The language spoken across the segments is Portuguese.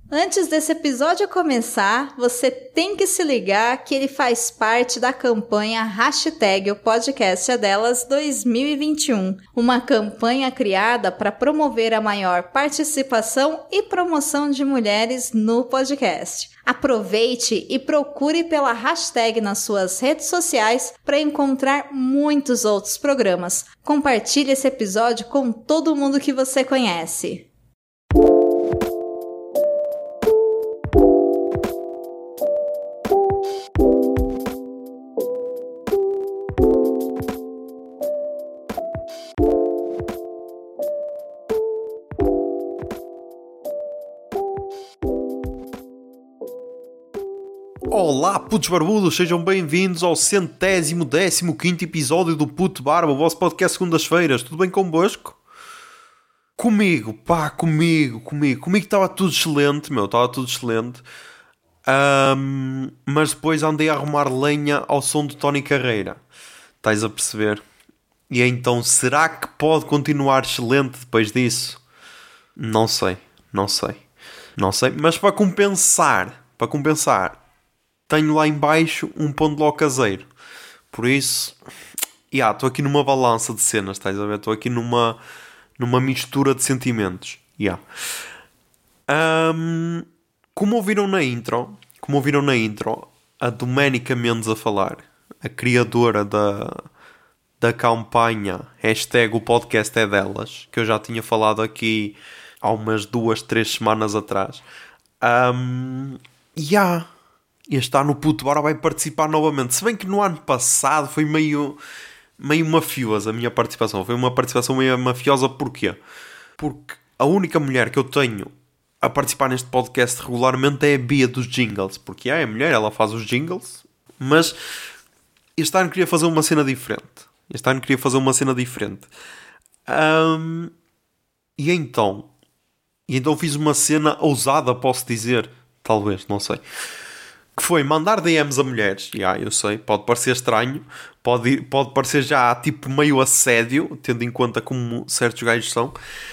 Antes desse episódio começar, você tem que se ligar que ele faz parte da campanha Hashtag o Podcast é Delas 2021, uma campanha criada para promover a maior participação e promoção de mulheres no podcast. Aproveite e procure pela hashtag nas suas redes sociais para encontrar muitos outros programas. Compartilhe esse episódio com todo mundo que você conhece. Olá, putos barbudos, sejam bem-vindos ao 115º episódio do Puto Barba, o vosso podcast segundas-feiras. Tudo bem convosco? Comigo estava tudo excelente, estava tudo excelente. Mas depois andei a arrumar lenha ao som de Tony Carreira. Estás a perceber? E então, será que pode continuar excelente depois disso? Não sei, mas para compensar, tenho lá em baixo um pão de ló caseiro. Por isso, estou aqui numa balança de cenas, estás a ver? Estou aqui numa mistura de sentimentos. Como ouviram na intro, a Doménica Mendes a falar, a criadora da campanha Hashtag o Podcast é Delas, que eu já tinha falado aqui há umas 2-3 semanas atrás. Este ano o Puto Barba vai participar novamente. Se bem que no ano passado foi meio mafiosa a minha participação. Foi uma participação meio mafiosa. Porquê? Porque a única mulher que eu tenho a participar neste podcast regularmente é a Bia dos Jingles. Porque é mulher, ela faz os jingles. Mas este ano queria fazer uma cena diferente. E então fiz uma cena ousada, posso dizer. Talvez, não sei. Que foi mandar DMs a mulheres. Eu sei, pode parecer estranho, pode parecer já tipo meio assédio, tendo em conta como certos gajos são,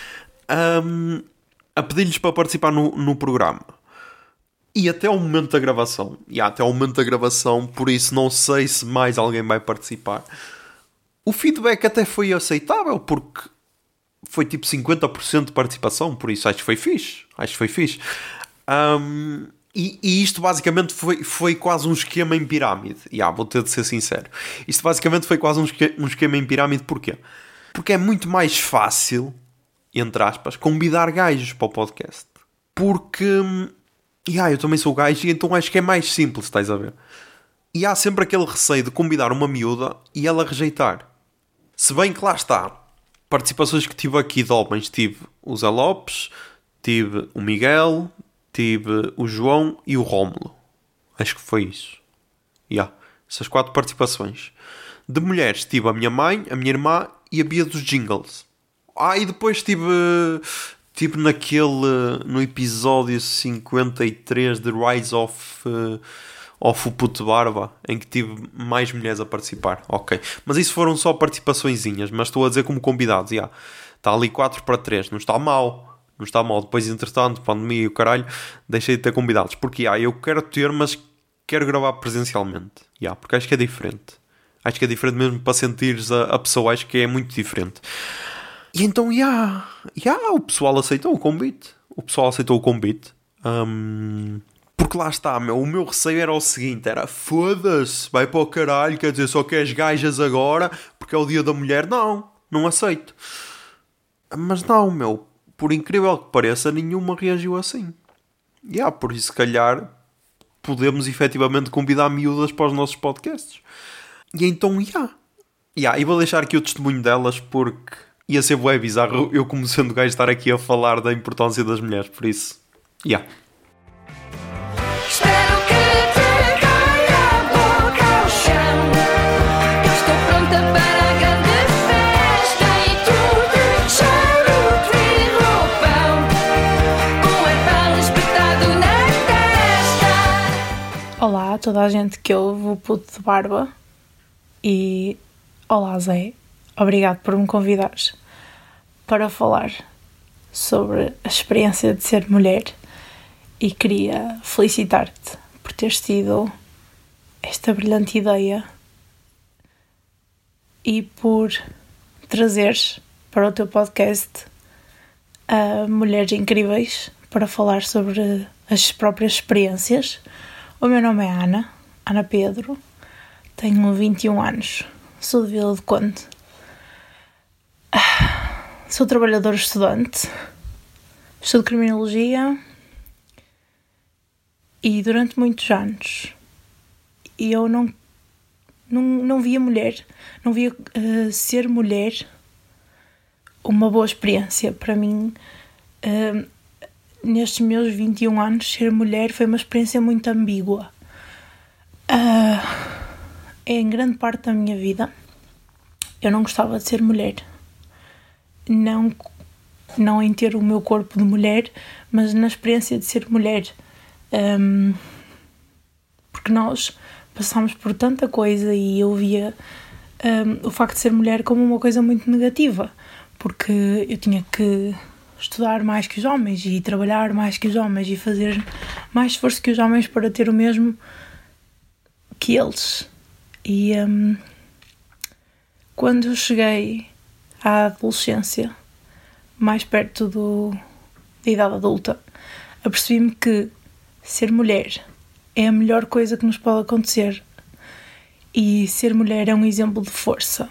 a pedir-lhes para participar no programa. E até ao momento da gravação, por isso não sei se mais alguém vai participar. O feedback até foi aceitável, porque foi tipo 50% de participação, por isso acho que foi fixe. E isto basicamente foi quase um esquema em pirâmide. Vou ter de ser sincero. Isto basicamente foi quase um esquema em pirâmide. Porquê? Porque é muito mais fácil, entre aspas, convidar gajos para o podcast. Porque, eu também sou gajo e então acho que é mais simples, estás a ver? E há sempre aquele receio de convidar uma miúda e ela rejeitar. Se bem que lá está. Participações que tive aqui de homens. Tive o Zé Lopes, tive o Miguel, tive o João e o Rómulo. Acho que foi isso. Essas 4 participações. De mulheres tive a minha mãe, a minha irmã e a Bia dos Jingles. E depois tive no episódio 53 de Rise of o Puto Barba, em que tive mais mulheres a participar. Ok. Mas isso foram só participaçõezinhas, mas estou a dizer como convidados. Está ali 4-3. Não está mal. Depois, entretanto, pandemia e o caralho, deixei de ter convidados. Porque, eu quero ter, mas quero gravar presencialmente. Porque acho que é diferente. Acho que é diferente mesmo para sentires a pessoa. Acho que é muito diferente. E então, o pessoal aceitou o convite. Porque lá está, o meu receio era o seguinte. Era, foda-se, vai para o caralho. Quer dizer, só queres gajas agora porque é o dia da mulher. Não aceito. Mas não, por incrível que pareça, nenhuma reagiu assim. Por isso, se calhar, podemos efetivamente convidar miúdas para os nossos podcasts. E então, e vou deixar aqui o testemunho delas, porque ia ser bué bizarro eu, como sendo gajo, estar aqui a falar da importância das mulheres. Por isso, Olá a toda a gente que ouve o Puto de Barba e olá Zé, obrigado por me convidares para falar sobre a experiência de ser mulher e queria felicitar-te por teres tido esta brilhante ideia e por trazeres para o teu podcast mulheres incríveis para falar sobre as próprias experiências. O meu nome é Ana Pedro, tenho 21 anos, sou de Vila do Conde, sou trabalhadora estudante, estudo Criminologia e durante muitos anos eu não via mulher, não via ser mulher uma boa experiência. Para mim, nestes meus 21 anos, ser mulher foi uma experiência muito ambígua. Em grande parte da minha vida, eu não gostava de ser mulher. Não em ter o meu corpo de mulher, mas na experiência de ser mulher. Porque nós passámos por tanta coisa e eu via o facto de ser mulher como uma coisa muito negativa. Porque eu tinha que estudar mais que os homens e trabalhar mais que os homens e fazer mais esforço que os homens para ter o mesmo que eles. E quando eu cheguei à adolescência, mais perto da idade adulta, apercebi-me que ser mulher é a melhor coisa que nos pode acontecer. E ser mulher é um exemplo de força.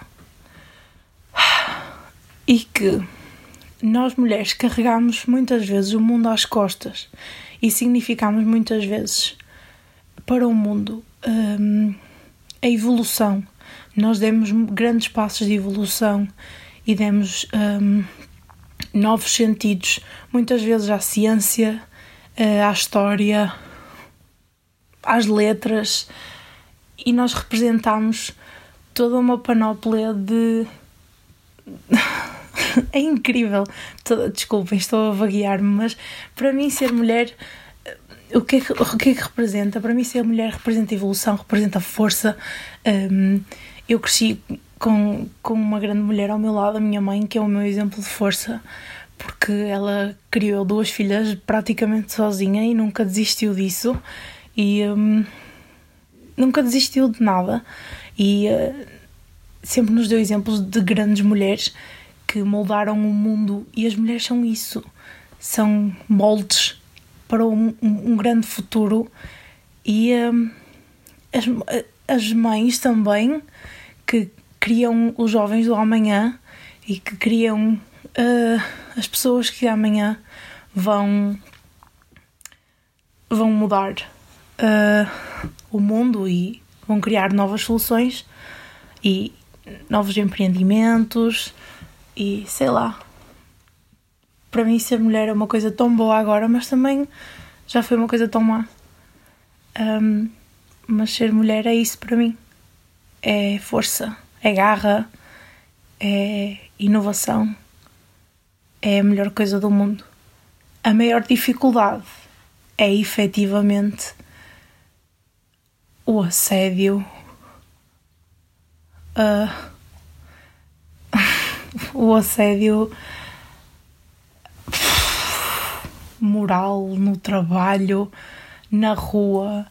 E que nós mulheres carregamos muitas vezes o mundo às costas e significamos muitas vezes para o mundo a evolução. Nós demos grandes passos de evolução e demos novos sentidos, muitas vezes à ciência, à história, às letras, e nós representamos toda uma panóplia de... É incrível. Desculpem, estou a vaguear-me, mas para mim ser mulher, o que é que representa? Para mim ser mulher representa evolução, representa força. Eu cresci com uma grande mulher ao meu lado, a minha mãe, que é o meu exemplo de força, porque ela criou 2 filhas praticamente sozinha e nunca desistiu disso. E nunca desistiu de nada. E sempre nos deu exemplos de grandes mulheres que moldaram o mundo, e as mulheres são isso, são moldes para um grande futuro. E as mães também, que criam os jovens do amanhã e que criam as pessoas que amanhã vão mudar o mundo e vão criar novas soluções e novos empreendimentos. E sei lá, para mim ser mulher é uma coisa tão boa agora, mas também já foi uma coisa tão má. Mas ser mulher é isso para mim. É força, é garra, é inovação, é a melhor coisa do mundo. A maior dificuldade é efetivamente o assédio, o assédio moral no trabalho, na rua,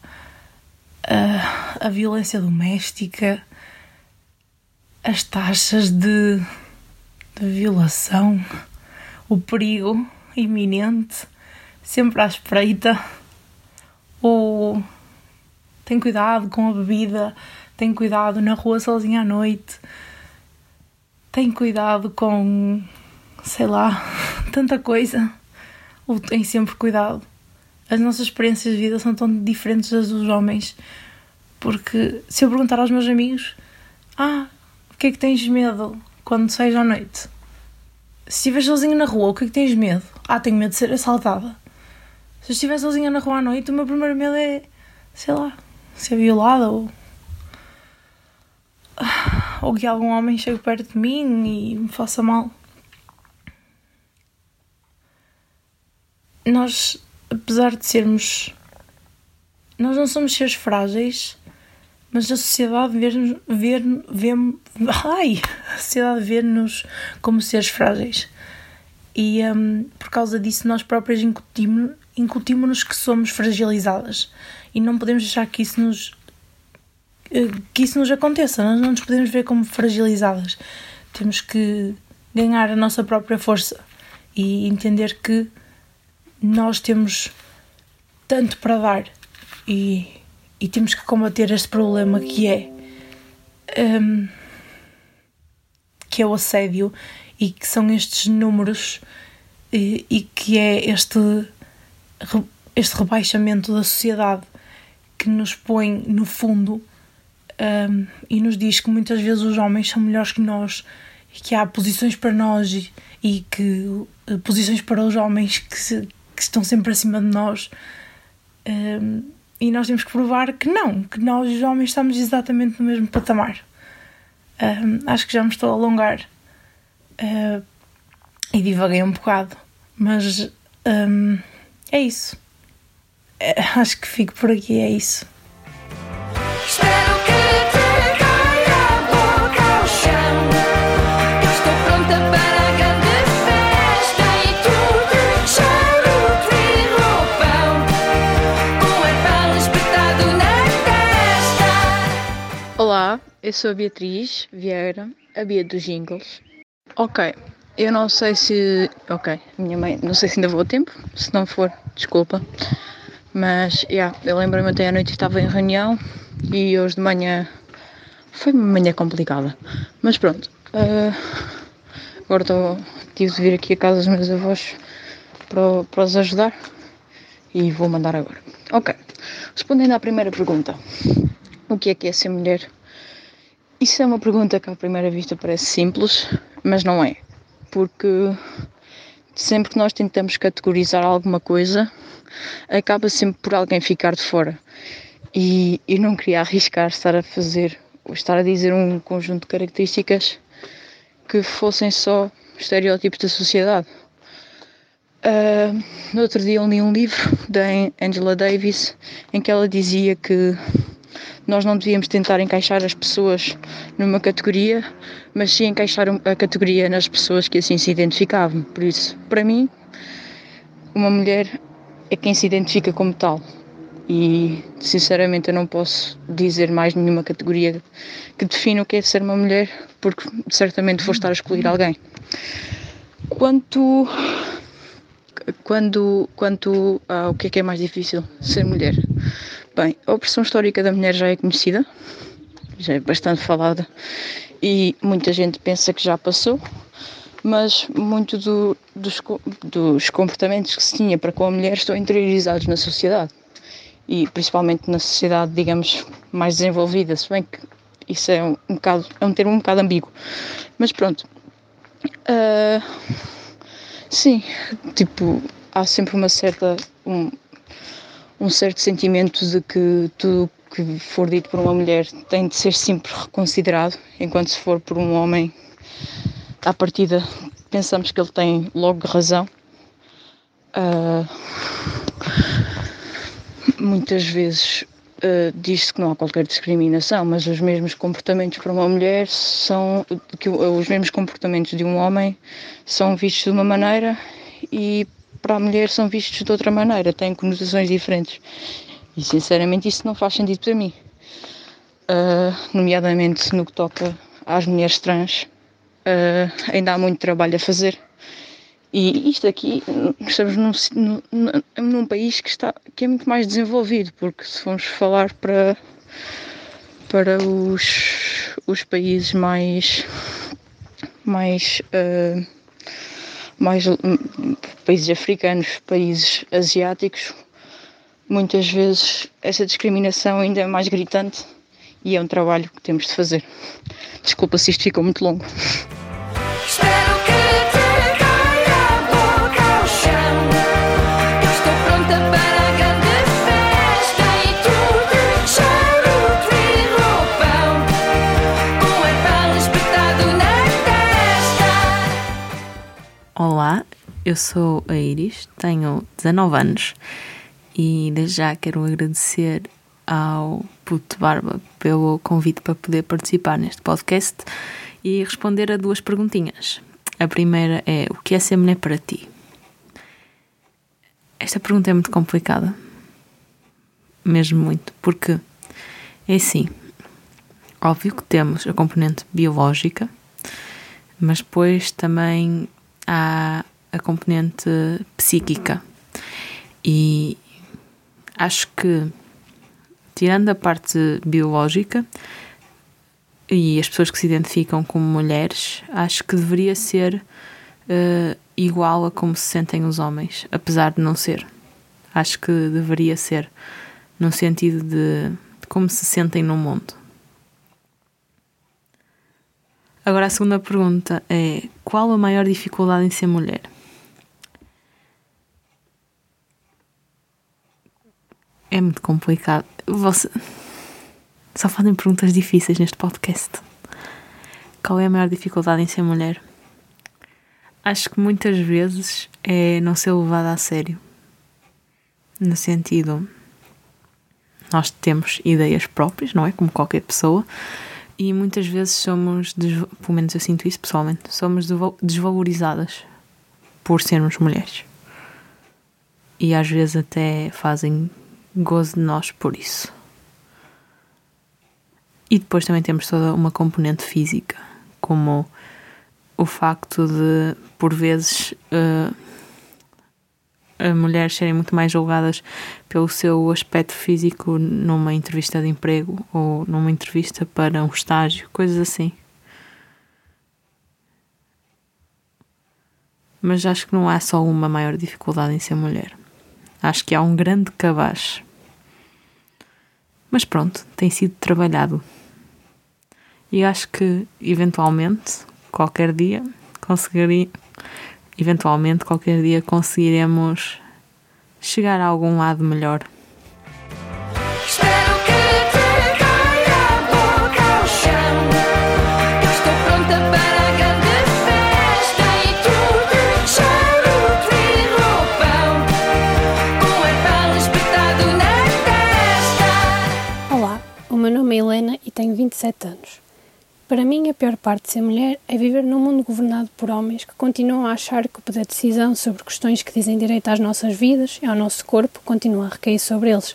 a violência doméstica, as taxas de violação, o perigo iminente, sempre à espreita, tem cuidado com a bebida, tem cuidado na rua sozinha à noite, tem cuidado com, sei lá, tanta coisa. Tem sempre cuidado. As nossas experiências de vida são tão diferentes das dos homens, porque se eu perguntar aos meus amigos, o que é que tens medo quando sais à noite? Se estiver sozinha na rua, o que é que tens medo? Tenho medo de ser assaltada. Se eu estiver sozinha na rua à noite, o meu primeiro medo é, sei lá, ser violada ou que algum homem chegue perto de mim e me faça mal. Nós, apesar de sermos... Nós não somos seres frágeis, mas a sociedade a sociedade vê-nos como seres frágeis. E por causa disso nós próprios incutimos-nos que somos fragilizadas e não podemos deixar que isso nos aconteça. Nós não nos podemos ver como fragilizadas. Temos que ganhar a nossa própria força e entender que nós temos tanto para dar e temos que combater este problema que é o assédio, e que são estes números, e que é este rebaixamento da sociedade que nos põe no fundo, e nos diz que muitas vezes os homens são melhores que nós, e que há posições para nós e que posições para os homens que estão sempre acima de nós, e nós temos que provar que não, que nós os homens estamos exatamente no mesmo patamar. Acho que já me estou a alongar e divaguei um bocado, mas é isso. Acho que fico por aqui, é isso. Espero que te caia a boca ao chão. Eu estou pronta para a grande festa e tudo charuto e roupão, com o pão espetado na testa. Olá, eu sou a Beatriz Vieira, a Bia dos Jingles. Ok, eu não sei se... Ok, minha mãe, não sei se ainda vou a tempo, se não for, desculpa. Mas, eu lembro-me até à noite que estava em reunião e hoje de manhã foi uma manhã complicada. Mas pronto, agora tive de vir aqui a casa dos meus avós para os ajudar e vou mandar agora. Ok, respondendo à primeira pergunta, o que é ser mulher? Isso é uma pergunta que à primeira vista parece simples, mas não é. Porque sempre que nós tentamos categorizar alguma coisa, acaba sempre por alguém ficar de fora. E eu não queria arriscar estar a dizer um conjunto de características que fossem só estereótipos da sociedade. No outro dia eu li um livro da Angela Davis em que ela dizia que nós não devíamos tentar encaixar as pessoas numa categoria, mas sim encaixar a categoria nas pessoas que assim se identificavam. Por isso, para mim, uma mulher é quem se identifica como tal. E, sinceramente, eu não posso dizer mais nenhuma categoria que defina o que é ser uma mulher, porque certamente vou estar a excluir alguém. Quanto ao que é mais difícil ser mulher? Bem, a opressão histórica da mulher já é conhecida, já é bastante falada e muita gente pensa que já passou, mas muito dos comportamentos que se tinha para com a mulher estão interiorizados na sociedade e principalmente na sociedade, digamos, mais desenvolvida, se bem que isso é um termo um bocado ambíguo, mas pronto. Sim, há sempre um certo sentimento de que tudo que for dito por uma mulher tem de ser sempre reconsiderado, enquanto se for por um homem, à partida pensamos que ele tem logo razão. Muitas vezes diz-se que não há qualquer discriminação, mas os mesmos comportamentos para uma mulher os mesmos comportamentos de um homem são vistos de uma maneira e para a mulher são vistos de outra maneira, têm conotações diferentes. E sinceramente isso não faz sentido para mim. Nomeadamente no que toca às mulheres trans, ainda há muito trabalho a fazer. E isto aqui, estamos num país que é muito mais desenvolvido, porque se formos falar para os países mais países africanos, países asiáticos, muitas vezes essa discriminação ainda é mais gritante e é um trabalho que temos de fazer. Desculpa se isto ficou muito longo. Espero que te caia a boca ao chão. Eu estou pronta para a grande festa e tudo charuto e roupão, com o pão espetado na testa. Olá, eu sou a Iris, tenho 19 anos e desde já quero agradecer ao Puto Barba pelo convite para poder participar neste podcast e responder a 2 perguntinhas. A primeira é: o que é ser mulher para ti? Esta pergunta é muito complicada. Mesmo muito. Porque é assim. Óbvio que temos a componente biológica, mas depois também há a componente psíquica. E acho que, tirando a parte biológica e as pessoas que se identificam como mulheres, acho que deveria ser igual a como se sentem os homens, apesar de não ser. Acho que deveria ser, no sentido de como se sentem no mundo. Agora a segunda pergunta é: qual a maior dificuldade em ser mulher? É muito complicado. Você só fazem perguntas difíceis neste podcast. Qual é a maior dificuldade em ser mulher? Acho que muitas vezes é não ser levada a sério. No sentido, nós temos ideias próprias, não é? Como qualquer pessoa. E muitas vezes somos, pelo menos eu sinto isso pessoalmente, somos desvalorizadas por sermos mulheres. E às vezes até fazem gozo de nós por isso. E depois também temos toda uma componente física, como o facto de, por vezes, as mulheres serem muito mais julgadas pelo seu aspecto físico numa entrevista de emprego ou numa entrevista para um estágio, coisas assim. Mas acho que não há só uma maior dificuldade em ser mulher. Acho que há um grande cabaz. Mas pronto, tem sido trabalhado. E acho que, eventualmente, qualquer dia conseguiremos chegar a algum lado melhor. Espero que te caia a boca ao chão. Eu estou pronta para a grande festa e tudo charuto e roupão, com o herbal espetado na testa. Olá, o meu nome é Helena e tenho 27 anos. Para mim, a pior parte de ser mulher é viver num mundo governado por homens que continuam a achar que o poder de decisão sobre questões que dizem direito às nossas vidas e ao nosso corpo continua a recair sobre eles.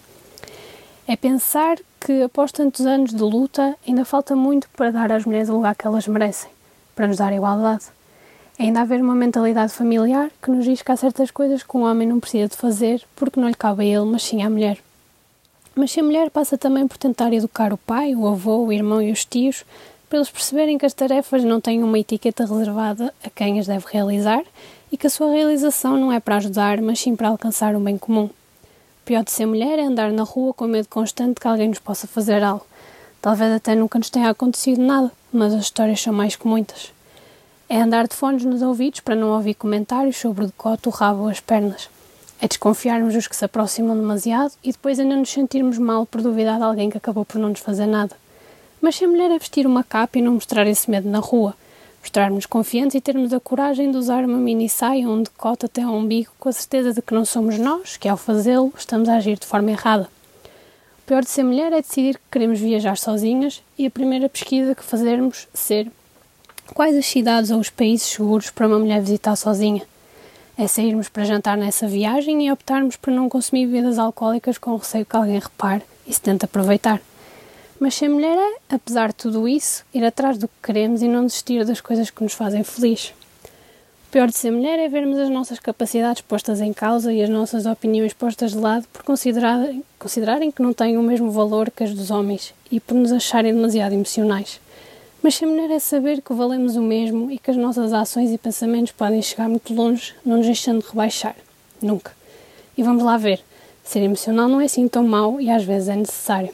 É pensar que, após tantos anos de luta, ainda falta muito para dar às mulheres o lugar que elas merecem, para nos dar igualdade. É ainda haver uma mentalidade familiar que nos diz que há certas coisas que um homem não precisa de fazer porque não lhe cabe a ele, mas sim à mulher. Mas ser mulher passa também por tentar educar o pai, o avô, o irmão e os tios, para eles perceberem que as tarefas não têm uma etiqueta reservada a quem as deve realizar e que a sua realização não é para ajudar, mas sim para alcançar um bem comum. O pior de ser mulher é andar na rua com medo constante que alguém nos possa fazer algo. Talvez até nunca nos tenha acontecido nada, mas as histórias são mais que muitas. É andar de fones nos ouvidos para não ouvir comentários sobre o decote, o rabo ou as pernas. É desconfiarmos dos que se aproximam demasiado e depois ainda nos sentirmos mal por duvidar de alguém que acabou por não nos fazer nada. Mas ser mulher é vestir uma capa e não mostrar esse medo na rua. Mostrar-nos confiantes e termos a coragem de usar uma mini saia ou um decote até ao umbigo com a certeza de que não somos nós, que ao fazê-lo estamos a agir de forma errada. O pior de ser mulher é decidir que queremos viajar sozinhas e a primeira pesquisa que fazermos ser quais as cidades ou os países seguros para uma mulher visitar sozinha. É sairmos para jantar nessa viagem e optarmos por não consumir bebidas alcoólicas com receio que alguém repare e se tente aproveitar. Mas ser mulher é, apesar de tudo isso, ir atrás do que queremos e não desistir das coisas que nos fazem feliz. O pior de ser mulher é vermos as nossas capacidades postas em causa e as nossas opiniões postas de lado por considerarem que não têm o mesmo valor que as dos homens e por nos acharem demasiado emocionais. Mas ser mulher é saber que valemos o mesmo e que as nossas ações e pensamentos podem chegar muito longe, não nos deixando de rebaixar. Nunca. E vamos lá ver. Ser emocional não é assim tão mau e às vezes é necessário.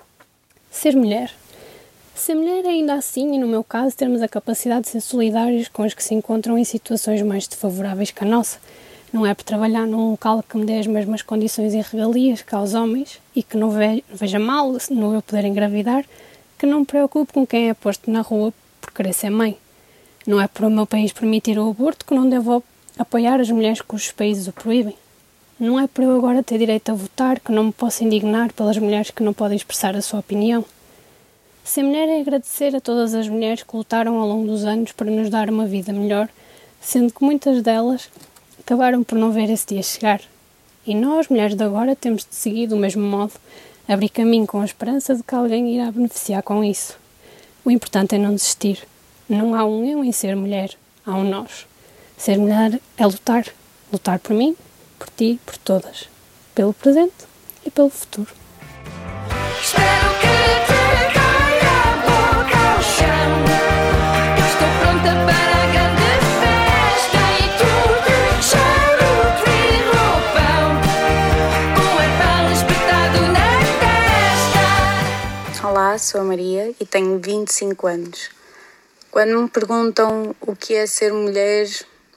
Ser mulher. Ser mulher é ainda assim, e no meu caso, termos a capacidade de ser solidários com os que se encontram em situações mais desfavoráveis que a nossa. Não é por trabalhar num local que me dê as mesmas condições e regalias que aos homens e que não veja mal no eu poder engravidar, que não me preocupe com quem é posto na rua por querer ser mãe. Não é por o meu país permitir o aborto que não devo apoiar as mulheres cujos países o proíbem. Não é por eu agora ter direito a votar que não me posso indignar pelas mulheres que não podem expressar a sua opinião. Ser mulher é agradecer a todas as mulheres que lutaram ao longo dos anos para nos dar uma vida melhor, sendo que muitas delas acabaram por não ver esse dia chegar. E nós, mulheres de agora, temos de seguir do mesmo modo, abrir caminho com a esperança de que alguém irá beneficiar com isso. O importante é não desistir. Não há um eu em ser mulher, há um nós. Ser mulher é lutar. Lutar por mim, por ti, por todas. Pelo presente e pelo futuro. Espero que te caia a boca ao chão. Eu estou pronta para a grande festa e tudo charuto e roupão, com o herbal espetado na testa. Olá, sou a Maria e tenho 25 anos. Quando me perguntam o que é ser mulher,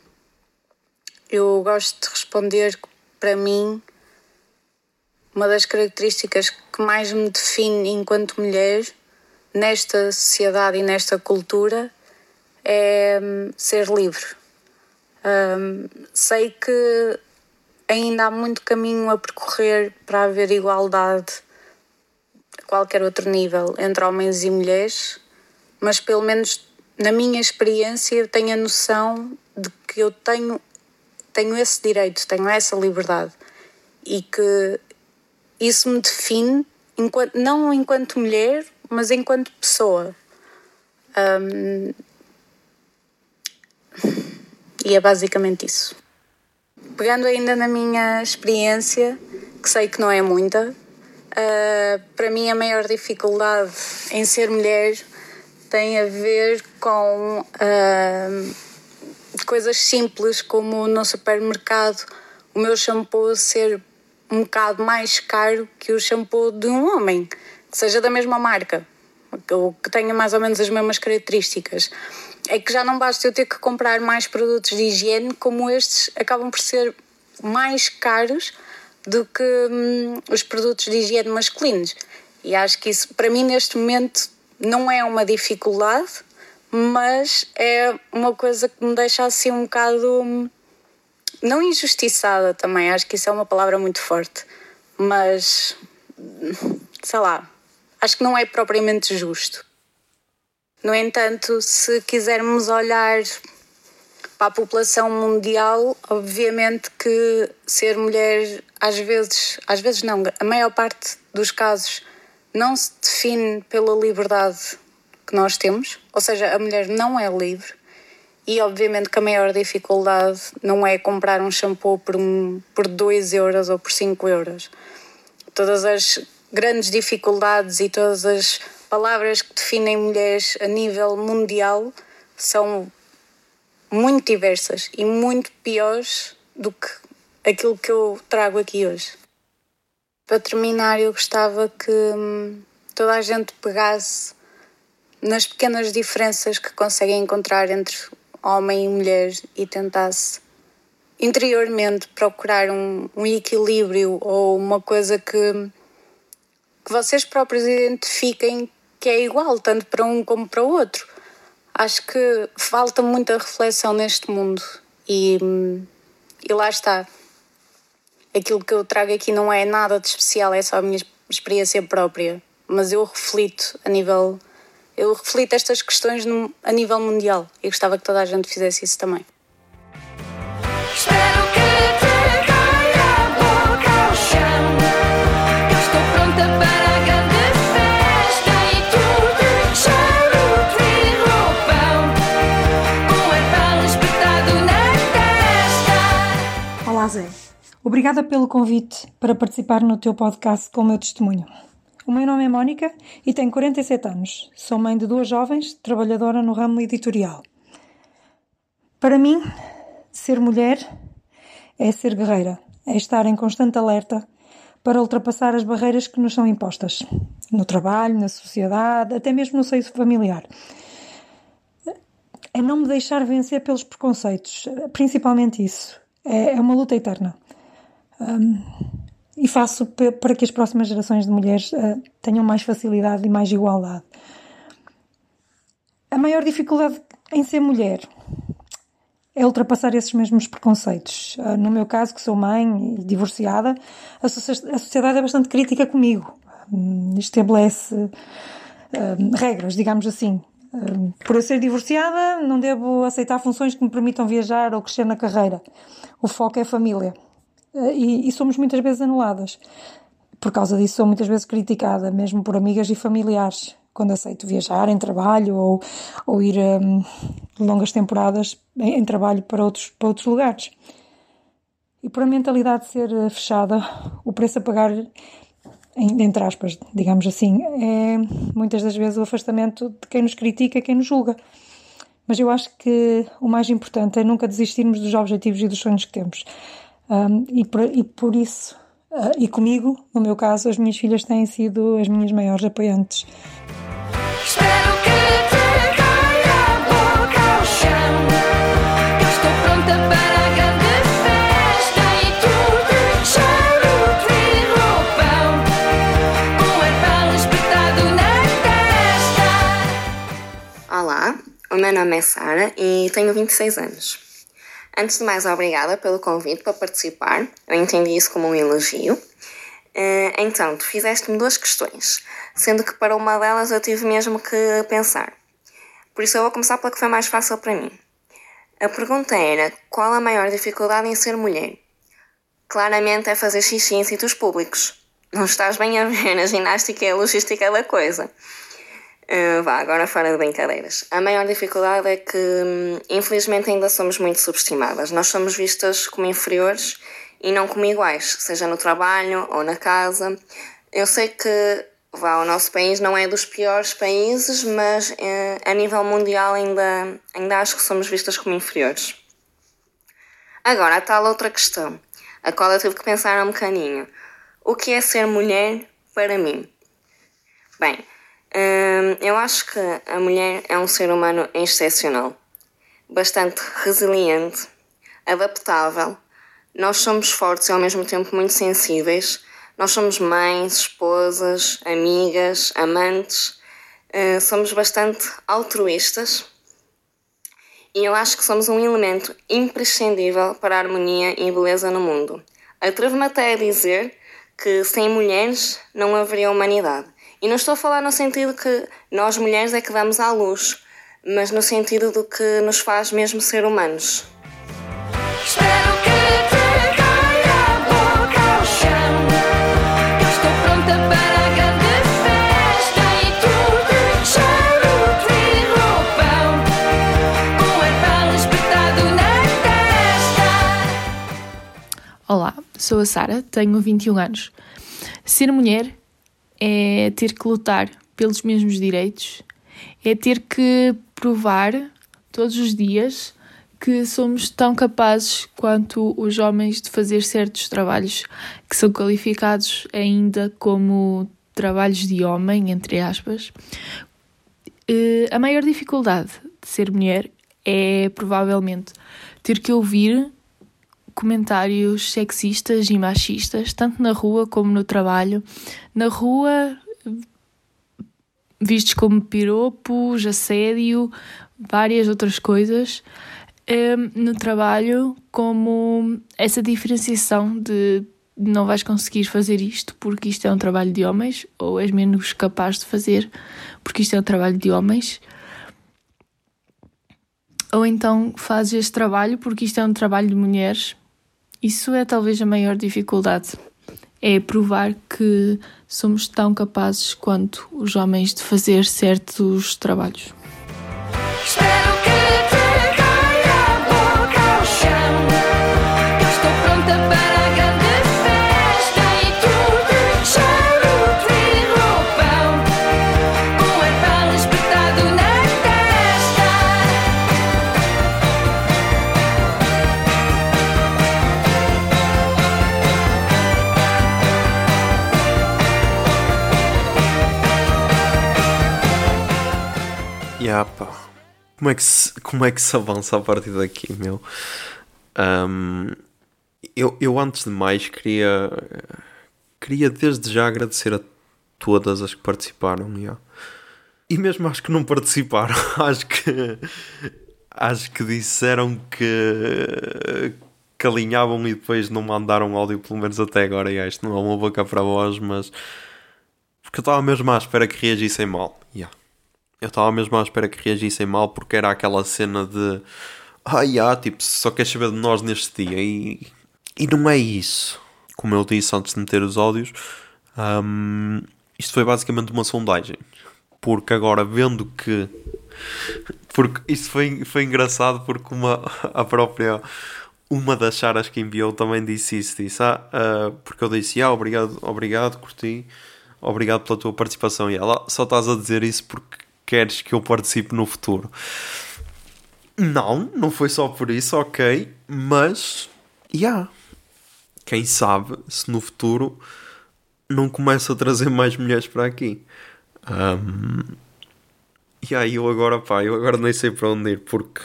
eu gosto de responder que, para mim, uma das características que mais me define enquanto mulher, nesta sociedade e nesta cultura, é ser livre. Sei que ainda há muito caminho a percorrer para haver igualdade a qualquer outro nível entre homens e mulheres, mas pelo menos na minha experiência eu tenho a noção de que eu tenho esse direito, tenho essa liberdade e que isso me define não enquanto mulher, mas enquanto pessoa. E é basicamente isso. Pegando ainda na minha experiência, que sei que não é muita, para mim a maior dificuldade em ser mulher tem a ver com coisas simples, como no supermercado o meu shampoo ser um bocado mais caro que o shampoo de um homem, que seja da mesma marca, ou que tenha mais ou menos as mesmas características. É que já não basta eu ter que comprar mais produtos de higiene, como estes acabam por ser mais caros do que os produtos de higiene masculinos. E acho que isso, para mim, neste momento, não é uma dificuldade, mas é uma coisa que me deixa assim um bocado, não injustiçada também, acho que isso é uma palavra muito forte, mas, sei lá, acho que não é propriamente justo. No entanto, se quisermos olhar para a população mundial, obviamente que ser mulher, às vezes não, a maior parte dos casos, não se define pela liberdade que nós temos, ou seja, a mulher não é livre e obviamente que a maior dificuldade não é comprar um shampoo por 2 euros ou por 5 euros. Todas as grandes dificuldades e todas as palavras que definem mulheres a nível mundial são muito diversas e muito piores do que aquilo que eu trago aqui hoje. Para terminar, eu gostava que toda a gente pegasse nas pequenas diferenças que conseguem encontrar entre homem e mulher e tentasse interiormente procurar um equilíbrio ou uma coisa que vocês próprios identifiquem que é igual, tanto para um como para o outro. Acho que falta muita reflexão neste mundo e lá está. Aquilo que eu trago aqui não é nada de especial, é só a minha experiência própria, mas eu reflito estas questões a nível mundial e gostava que toda a gente fizesse isso também. Espero que te caia a boca ao chão. Eu estou pronta para a grande festa e tudo charuto e roupão, com o herbal espetado na testa. Olá, Zé. Obrigada pelo convite para participar no teu podcast com o meu testemunho. O meu nome é Mónica e tenho 47 anos. Sou mãe de 2 jovens, trabalhadora no ramo editorial. Para mim, ser mulher é ser guerreira, é estar em constante alerta para ultrapassar as barreiras que nos são impostas, no trabalho, na sociedade, até mesmo no seio familiar. É não me deixar vencer pelos preconceitos, principalmente isso. É uma luta eterna. E faço para que as próximas gerações de mulheres tenham mais facilidade e mais igualdade. A maior dificuldade em ser mulher é ultrapassar esses mesmos preconceitos. No meu caso, que sou mãe e divorciada, a sociedade é bastante crítica comigo. Estabelece regras, digamos assim. Por eu ser divorciada, não devo aceitar funções que me permitam viajar ou crescer na carreira. O foco é a família. e somos muitas vezes anuladas. Por causa disso sou muitas vezes criticada, mesmo por amigas e familiares, quando aceito viajar em trabalho ou ir longas temporadas em trabalho para outros lugares. E por a mentalidade ser fechada, o preço a pagar, entre aspas, digamos assim, é muitas das vezes o afastamento de quem nos critica, quem nos julga. Mas eu acho que o mais importante é nunca desistirmos dos objetivos e dos sonhos que temos. E por isso, e comigo, no meu caso, as minhas filhas têm sido as minhas maiores apoiantes. Espero que te caia a boca ao chão. Eu estou pronta para a grande festa e tudo charuto e roupão, com herbal espetado na testa. Olá, o meu nome é Sara e tenho 26 anos. Antes de mais, obrigada pelo convite para participar. Eu entendi isso como um elogio. Então, tu fizeste-me 2 questões, sendo que para uma delas eu tive mesmo que pensar. Por isso eu vou começar pela que foi mais fácil para mim. A pergunta era: qual a maior dificuldade em ser mulher? Claramente é fazer xixi em sítios públicos. Não estás bem a ver a ginástica e a logística da coisa. Agora fora de brincadeiras. A maior dificuldade é que, infelizmente, ainda somos muito subestimadas. Nós somos vistas como inferiores e não como iguais, seja no trabalho ou na casa. Eu sei que o nosso país não é dos piores países, mas a nível mundial ainda acho que somos vistas como inferiores. Agora, a tal outra questão, a qual eu tive que pensar um bocadinho. O que é ser mulher para mim? Bem, eu acho que a mulher é um ser humano excepcional, bastante resiliente, adaptável. Nós somos fortes e ao mesmo tempo muito sensíveis. Nós somos mães, esposas, amigas, amantes. Somos bastante altruístas. E eu acho que somos um elemento imprescindível para a harmonia e beleza no mundo. Atrevo-me até a dizer que sem mulheres não haveria humanidade. E não estou a falar no sentido que nós mulheres é que damos à luz, mas no sentido do que nos faz mesmo ser humanos. Espero que te caia a boca ao chão. Eu estou pronta para a grande festa e tudo charuto e roupão, com herbal espetado na testa. Olá, sou a Sara, tenho 21 anos. Ser mulher é ter que lutar pelos mesmos direitos, é ter que provar todos os dias que somos tão capazes quanto os homens de fazer certos trabalhos que são qualificados ainda como trabalhos de homem, entre aspas. A maior dificuldade de ser mulher é provavelmente ter que ouvir comentários sexistas e machistas, tanto na rua como no trabalho. Na rua, vistos como piropos, assédio, várias outras coisas. No trabalho, como essa diferenciação de não vais conseguir fazer isto porque isto é um trabalho de homens, ou és menos capaz de fazer porque isto é um trabalho de homens. Ou então fazes este trabalho porque isto é um trabalho de mulheres. Isso é talvez a maior dificuldade. É provar que somos tão capazes quanto os homens de fazer certos trabalhos. Espero que te caia a boca ao chão. Eu estou pronta para a grande festa e tudo charuto e roupão, com herbal espetado na testa. Pá. Como é que se avança a partir daqui, meu? Eu antes de mais queria desde já agradecer a todas as que participaram, e mesmo as que não participaram. acho que disseram que alinhavam e depois não mandaram áudio, pelo menos até agora. Isto não é uma boca para voz, mas porque eu estava mesmo à espera que reagissem mal. Eu estava mesmo à espera que reagissem mal, porque era aquela cena de tipo, só queres saber de nós neste dia, E não é isso. Como eu disse antes de meter os áudios, isto foi basicamente uma sondagem. Porque agora, vendo que... Porque isto foi engraçado, porque a própria... Uma das charas que enviou também disse isso. Porque eu disse, obrigado, curti. Obrigado pela tua participação. E ela, só estás a dizer isso porque queres que eu participe no futuro. Não foi só por isso, ok. Mas, quem sabe se no futuro não começo a trazer mais mulheres para aqui. Eu agora nem sei para onde ir, porque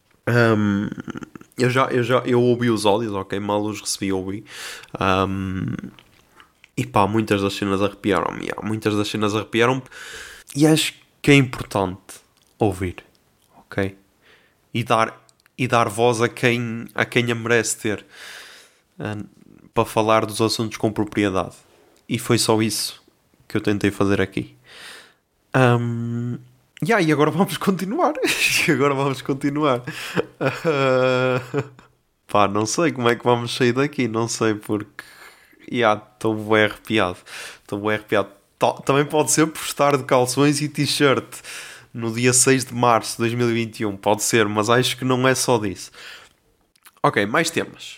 eu ouvi os áudios, ok, mal os recebi, ouvi. E pá, muitas das cenas arrepiaram-me. E acho que é importante ouvir, ok? E dar voz a quem a merece ter, para falar dos assuntos com propriedade. E foi só isso que eu tentei fazer aqui. E agora vamos continuar. Pá, não sei como é que vamos sair daqui. Não sei, porque estou bem arrepiado. Também pode ser por estar de calções e t-shirt no dia 6 de março de 2021. Pode ser, mas acho que não é só disso. Ok, mais temas.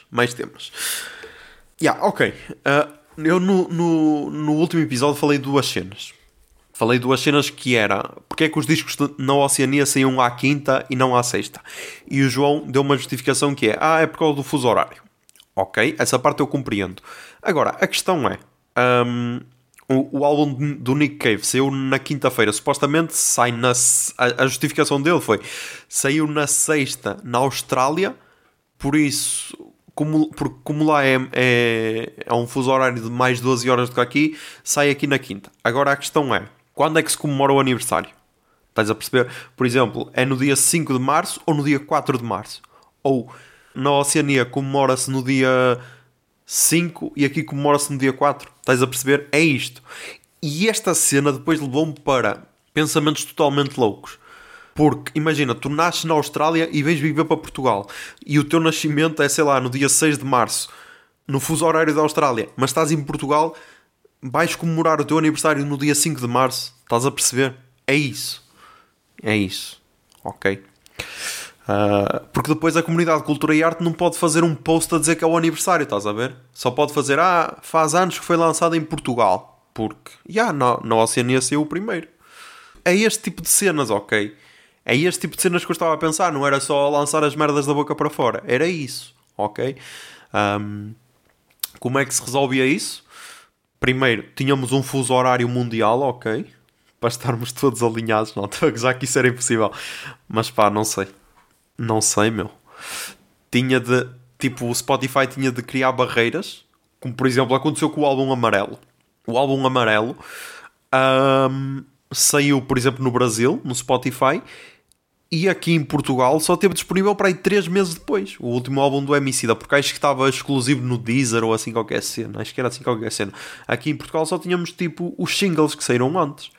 Ok. Eu no último episódio falei duas cenas. Que era... Porque é que os discos na Oceania saíam à quinta e não à sexta? E o João deu uma justificação que é por causa do fuso horário. Ok, essa parte eu compreendo. Agora, a questão é... O álbum do Nick Cave saiu na quinta-feira. Supostamente sai na... A justificação dele foi... Saiu na sexta na Austrália. Por isso... Como lá é um fuso horário de mais 12 horas do que aqui, sai aqui na quinta. Agora a questão é... Quando é que se comemora o aniversário? Estás a perceber? Por exemplo, é no dia 5 de março ou no dia 4 de março? Ou na Oceania comemora-se no dia 5 e aqui comemora-se no dia 4? Estás a perceber? É isto. E esta cena depois levou-me para pensamentos totalmente loucos. Porque, imagina, tu nasces na Austrália e vens viver para Portugal. E o teu nascimento é, sei lá, no dia 6 de março, no fuso horário da Austrália. Mas estás em Portugal... Vais comemorar o teu aniversário no dia 5 de março. Estás a perceber? É isso. Ok? Porque depois a comunidade de cultura e arte não pode fazer um post a dizer que é o aniversário. Estás a ver? Só pode fazer... faz anos que foi lançado em Portugal. Porque... na Oceania saiu o primeiro. É este tipo de cenas, ok? É este tipo de cenas que eu estava a pensar. Não era só lançar as merdas da boca para fora. Era isso. Ok? Como é que se resolvia isso? Primeiro, tínhamos um fuso horário mundial, ok? Para estarmos todos alinhados. Não, estou a gozar que isso era impossível. Mas pá, não sei. Não sei, meu. Tinha de... Tipo, o Spotify tinha de criar barreiras. Como, por exemplo, aconteceu com o álbum Amarelo. O álbum Amarelo saiu, por exemplo, no Brasil, no Spotify. E aqui em Portugal só esteve disponível para aí 3 meses depois. O último álbum do Emicida, porque acho que estava exclusivo no Deezer ou assim qualquer cena. Acho que era assim qualquer cena. Aqui em Portugal só tínhamos tipo os singles que saíram antes.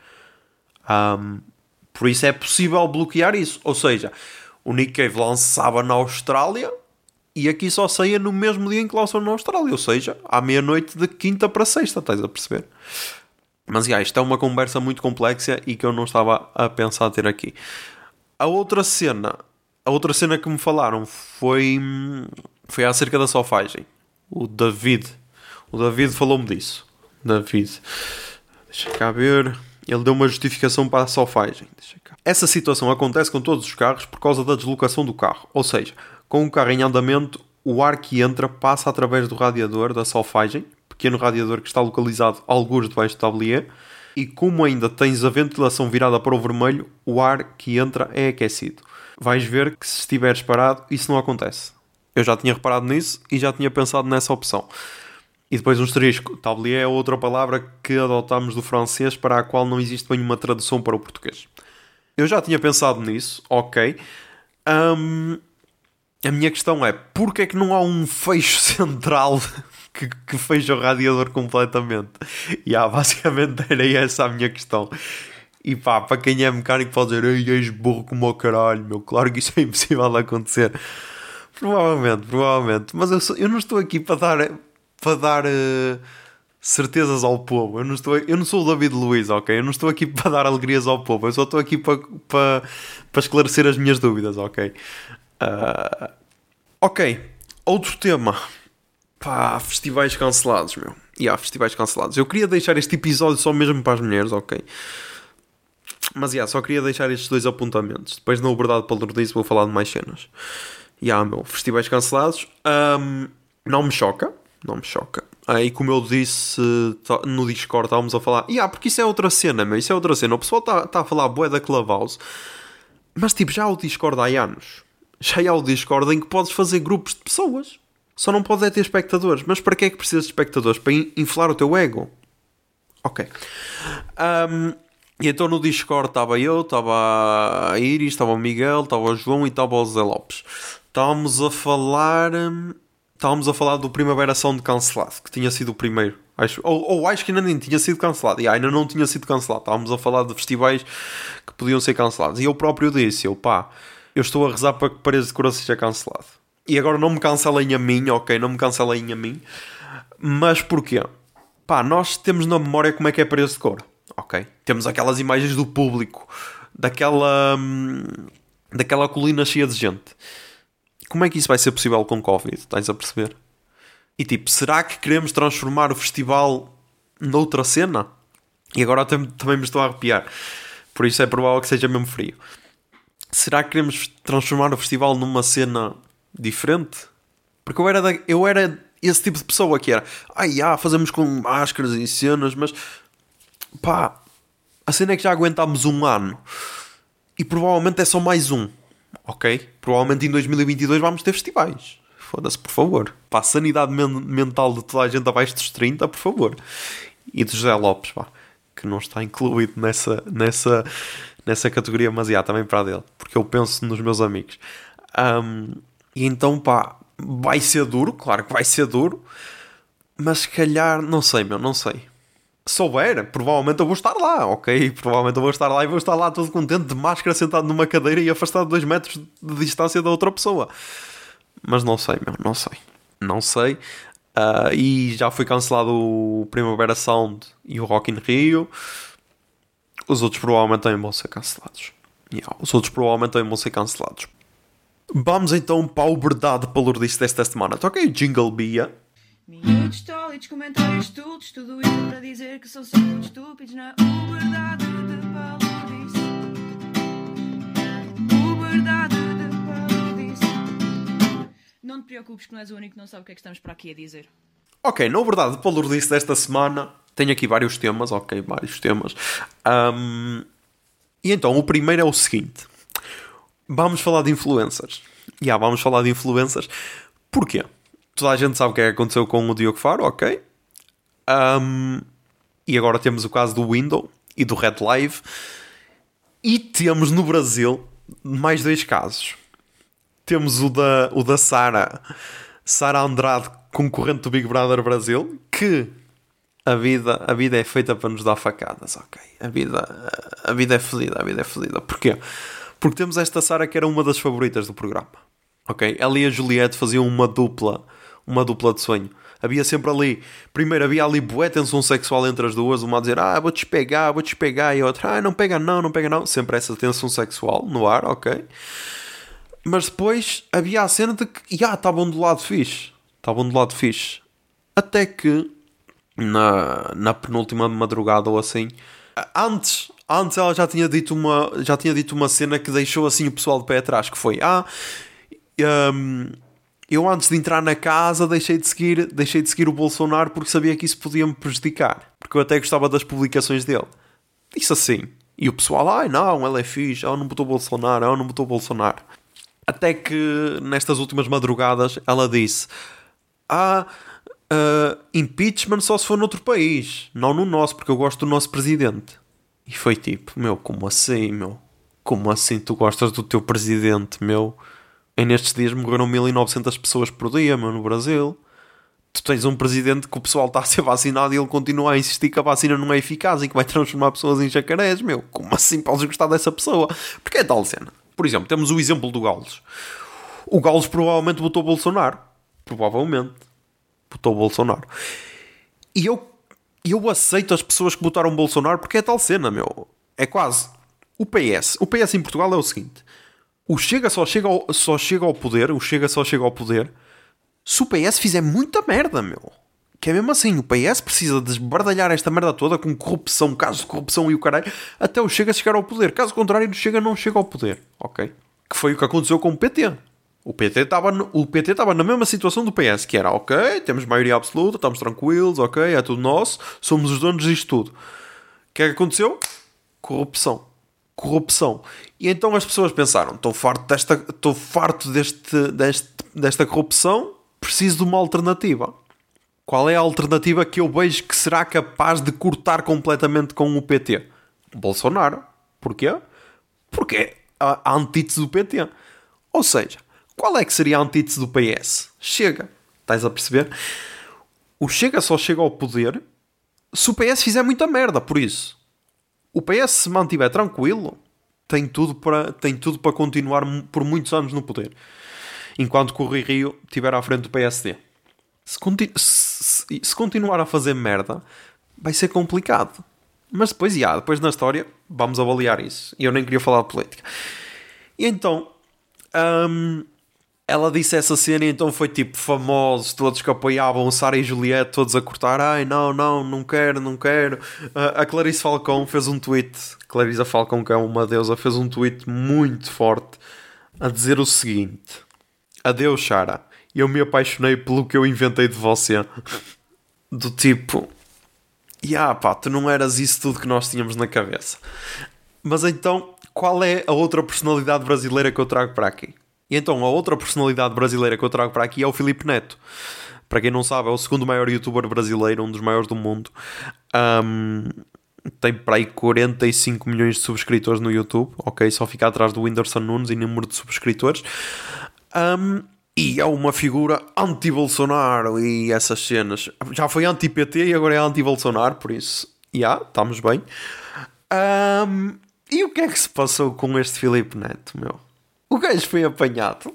Por isso é possível bloquear isso. Ou seja, o Nick Cave lançava na Austrália e aqui só saía no mesmo dia em que lançou na Austrália. Ou seja, à meia-noite de quinta para sexta. Estás a perceber? Mas isto é uma conversa muito complexa e que eu não estava a pensar ter aqui. A outra cena que me falaram foi acerca da solfagem. O David falou-me disso. Deixa cá ver. Ele deu uma justificação para a solfagem. Essa situação acontece com todos os carros por causa da deslocação do carro. Ou seja, com o carro em andamento, o ar que entra passa através do radiador da solfagem, pequeno radiador que está localizado algures debaixo do tablier. E como ainda tens a ventilação virada para o vermelho, o ar que entra é aquecido. Vais ver que se estiveres parado, isso não acontece. Eu já tinha reparado nisso e já tinha pensado nessa opção. E depois um asterisco. Tablier é outra palavra que adotámos do francês para a qual não existe bem uma tradução para o português. Eu já tinha pensado nisso, ok. A minha questão é, porquê é que não há um fecho central que fecha o radiador completamente? Basicamente era essa a minha questão. E pá, para quem é mecânico pode dizer, ei, és burro como o caralho, meu. Claro que isso é impossível de acontecer. Provavelmente. Mas eu não estou aqui para dar certezas ao povo. Eu não sou o David Luiz, ok? Eu não estou aqui para dar alegrias ao povo. Eu só estou aqui para esclarecer as minhas dúvidas, ok? Ok, outro tema. Pá, festivais cancelados, meu. Festivais cancelados. Eu queria deixar este episódio só mesmo para as mulheres, ok? Mas só queria deixar estes 2 apontamentos. Depois na Verdade Palurdice vou falar de mais cenas. Meu, festivais cancelados. Não me choca. E como eu disse no Discord, estávamos a falar, porque isso é outra cena, meu. Isso é outra cena. O pessoal está a falar bué da Clubhouse. Mas tipo, já há o Discord há anos. Já há o Discord em que podes fazer grupos de pessoas. Só não podes ter espectadores. Mas para que é que precisas de espectadores? Para inflar o teu ego? Ok. E então no Discord estava eu, estava a Iris, estava o Miguel, estava o João e estava o Zé Lopes. Estávamos a falar do Primavera Sound cancelado, que tinha sido o primeiro. Acho que ainda nem tinha sido cancelado. Ainda não tinha sido cancelado. Estávamos a falar de festivais que podiam ser cancelados. E eu próprio disse, eu estou a rezar para que Paredes de Cora seja cancelado. E agora não me cancelem a mim, ok? Não me cancelem a mim. Mas porquê? Nós temos na memória como é que é Paredes de Cora, ok? Temos aquelas imagens do público, daquela colina cheia de gente. Como é que isso vai ser possível com Covid? Estás a perceber? E tipo, será que queremos transformar o festival noutra cena? E agora também me estou a arrepiar. Por isso é provável que seja mesmo frio. Será que queremos transformar o festival numa cena diferente? Porque eu era esse tipo de pessoa que era fazemos com máscaras e cenas, mas a cena é que já aguentámos um ano. E provavelmente é só mais um. Ok? Provavelmente em 2022 vamos ter festivais. Foda-se, por favor. Para a sanidade mental de toda a gente abaixo dos 30, por favor. E do José Lopes, que não está incluído nessa categoria, mas também para a dele. Porque eu penso nos meus amigos. E então, vai ser duro. Claro que vai ser duro. Mas se calhar, não sei. Se houver, provavelmente eu vou estar lá, ok? Provavelmente eu vou estar lá e vou estar lá todo contente, de máscara, sentado numa cadeira e afastado 2 metros de distância da outra pessoa. Mas não sei. E já foi cancelado o Primavera Sound e o Rock in Rio. Os outros provavelmente também vão ser cancelados. Vamos então para o Verdade Palurdice desta semana. Toca aí Jingle Bia. Miúdos, tólitos, comentários, tudo isso para dizer que são só muito estúpidos na Verdade de Palurdice. Verdade de Palurdice. Não te preocupes que não és o único que não sabe o que é que estamos para aqui a dizer. Ok, na Verdade de Palurdice desta semana tenho aqui vários temas, E então, o primeiro é o seguinte. Vamos falar de influencers. Vamos falar de influencers. Porquê? Toda a gente sabe o que é que aconteceu com o Diogo Faro, ok? E agora temos o caso do Window e do Red Live. E temos no Brasil mais 2 casos. Temos o da Sara Andrade, concorrente do Big Brother Brasil, que a vida é feita para nos dar facadas, ok? A vida é fodida. Porquê? Porque temos esta Sara que era uma das favoritas do programa, ok? Ela e a Juliette faziam uma dupla de sonho. Havia sempre ali, primeiro havia ali bué tensão sexual entre as duas, uma a dizer, vou-te pegar, e a outra, não pega não, sempre essa tensão sexual no ar, ok? Mas depois havia a cena de que, estavam do lado fixe, até que, na penúltima madrugada ou assim, antes ela já tinha dito uma cena que deixou assim o pessoal de pé atrás, que foi, eu antes de entrar na casa deixei de seguir o Bolsonaro porque sabia que isso podia me prejudicar. Porque eu até gostava das publicações dele. Disse assim. E o pessoal, não, ela é fixe, ela não botou Bolsonaro. Até que nestas últimas madrugadas ela disse, impeachment só se for noutro país, não no nosso, porque eu gosto do nosso presidente. E foi tipo, como assim, Como assim tu gostas do teu presidente, E nestes dias morreram 1900 pessoas por dia, no Brasil. Tu tens um presidente que o pessoal está a ser vacinado e ele continua a insistir que a vacina não é eficaz e que vai transformar pessoas em jacarés, Como assim podes gostar dessa pessoa? Porque é tal cena. Por exemplo, temos o exemplo do Gaules. O Gaules provavelmente votou Bolsonaro. Provavelmente. Votou Bolsonaro. E eu aceito as pessoas que votaram Bolsonaro porque é tal cena, meu. É quase. O PS em Portugal é o seguinte. O Chega só chega ao poder. O Chega só chega ao poder se o PS fizer muita merda, meu. Que é mesmo assim. O PS precisa desbardalhar esta merda toda com corrupção, casos de corrupção e o caralho, até o Chega chegar ao poder. Caso contrário, o Chega não chega ao poder. Ok? Que foi o que aconteceu com o PT. O PT estava na mesma situação do PS, que era, ok, temos maioria absoluta, estamos tranquilos, ok, é tudo nosso, somos os donos disto tudo. O que é que aconteceu? Corrupção. E então as pessoas pensaram, estou farto desta corrupção, preciso de uma alternativa. Qual é a alternativa que eu vejo que será capaz de cortar completamente com o PT? Bolsonaro. Porquê? Porque é a antítese do PT. Ou seja, qual é que seria a antítese do PS? Chega. Estás a perceber? O Chega só chega ao poder se o PS fizer muita merda. Por isso, o PS se mantiver tranquilo, tem tudo para continuar por muitos anos no poder. Enquanto que o Rui Rio estiver à frente do PSD. Se continuar a fazer merda, vai ser complicado. Mas depois na história, vamos avaliar isso. E eu nem queria falar de política. E então, ela disse essa cena e então foi tipo famosos, todos que apoiavam Sara e Juliette, todos a cortar. Ai, não quero. A Clarice Falcão fez um tweet. Clarissa Falcão, que é uma deusa, fez um tweet muito forte a dizer o seguinte: adeus, Sara. Eu me apaixonei pelo que eu inventei de você. Do tipo, tu não eras isso tudo que nós tínhamos na cabeça. Mas então, qual é a outra personalidade brasileira que eu trago para aqui? E então, a outra personalidade brasileira que eu trago para aqui é o Filipe Neto. Para quem não sabe, é o segundo maior youtuber brasileiro, um dos maiores do mundo. Tem para aí 45 milhões de subscritores no YouTube. Ok, só fica atrás do Whindersson Nunes em número de subscritores. E é uma figura anti-Bolsonaro e essas cenas. Já foi anti-PT e agora é anti-Bolsonaro, por isso, estamos bem. E o que é que se passou com este Filipe Neto, meu? O gajo foi apanhado.